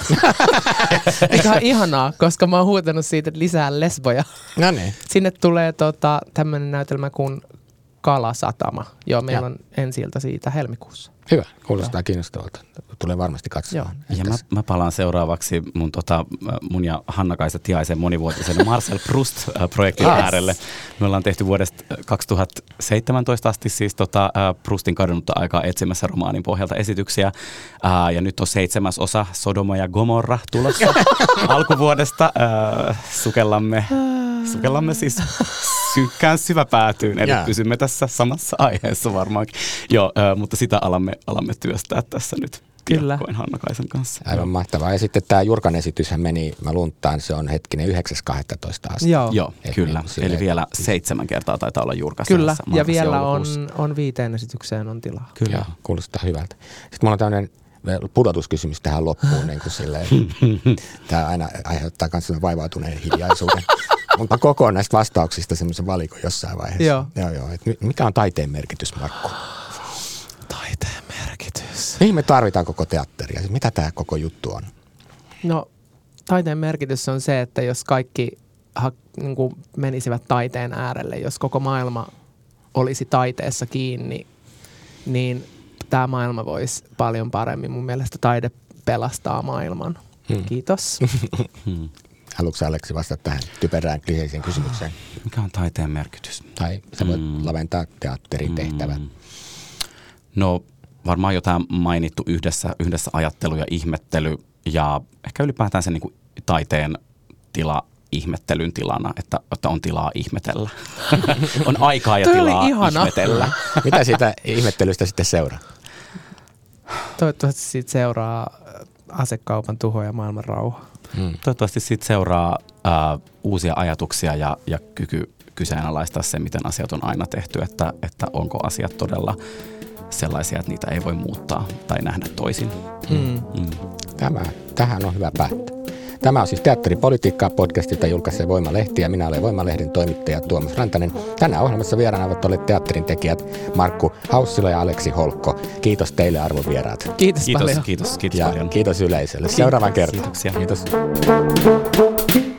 Mikä on ihanaa, koska mä oon huutanut siitä lisää lesboja. No niin. Sinne tulee tota, tämmönen näytelmä kuin Kalasatama. Joo, meillä Ja. on ensi-ilta siitä helmikuussa. Hyvä, kuulostaa kiinnostavalta. Tulee varmasti katsomaan. Ja mä, mä palaan seuraavaksi mun, tota, mun ja Hanna-Kaisa Tiaisen monivuotisen Marcel Proust-projektin Yes. äärelle. Me ollaan tehty vuodesta kaksituhattaseitsemäntoista asti siis tota, Proustin kadonnutta aikaa etsimässä romaanin pohjalta esityksiä. Ää, ja nyt on seitsemäs osa Sodoma ja Gomorra tulossa alkuvuodesta. Ää, sukellamme, sukellamme siis synkkään syväpäätyyn, eli Jaa. pysymme tässä samassa aiheessa varmaankin. Joo, ää, mutta sitä alamme, alamme työstää tässä nyt. Kyllä. Piakkoin Hanna-Kaisan kanssa. Aivan mahtavaa. Ja sitten tämä Jurkan esityshän meni, mä lunttaan, se on hetkinen yhdeksäs kahdestoista asti. Joo, Joo, Et kyllä. niin, silleen- Eli vielä seitsemän kertaa taitaa olla Jurkassa. kyllä. Ja vielä on, on viiteen esitykseen on tilaa. Kyllä. Joo, kuulostaa hyvältä. Sitten mulla on tämmöinen pudotuskysymys tähän loppuun, niin kuin silleen, tämä aina aiheuttaa myös vaivautuneen hiljaisuuden. Mutta kokoon näistä vastauksista semmoisen valikon jossain vaiheessa. Joo. Joo, joo. Et mikä on taiteen merkitys, Markku? Taiteen merkitys. Mihin me tarvitaan koko teatteria? Siis mitä tämä koko juttu on? No, taiteen merkitys on se, että jos kaikki ha, niin kuin menisivät taiteen äärelle, jos koko maailma olisi taiteessa kiinni, niin tämä maailma voisi paljon paremmin. Mun mielestä taide pelastaa maailman. Hmm. Kiitos. Hmm. Haluatko Aleksi vastata tähän typerään kliseiseen kysymykseen? Mikä on taiteen merkitys? Tai sä voit Mm. laventaa teatterin tehtävän. Mm. No varmaan jotain mainittu yhdessä, yhdessä ajattelu ja ihmettely ja ehkä ylipäätään se niin kuin taiteen tila ihmettelyn tilana, että, että on tilaa ihmetellä. On aikaa ja Toi oli tilaa ihana. ihmetellä. Mitä siitä ihmettelystä sitten seuraa? Toivottavasti siitä seuraa asekaupan tuho ja maailman rauha. Hmm. Toivottavasti siitä seuraa ää, uusia ajatuksia ja, ja kyky kyseenalaistaa se, miten asiat on aina tehty, että, että onko asiat todella sellaisia, että niitä ei voi muuttaa tai nähdä toisin. Mm. Mm. Tämä, tähän on hyvä päättää. Tämä on siis Teatteripolitiikkaa podcast, jota julkaisee Voima-lehti ja minä olen Voima-lehden toimittaja Tuomas Rantanen. Tänään ohjelmassa vieraana ovat olleet teatterin tekijät Markku Haussila ja Aleksi Holkko. Kiitos teille arvon vieraat. Kiitos, Kiitos, paljon. kiitos, kiitos Ja paljon. kiitos yleisölle. Seuraavaan kertaan. Kiitoksia. Kiitos.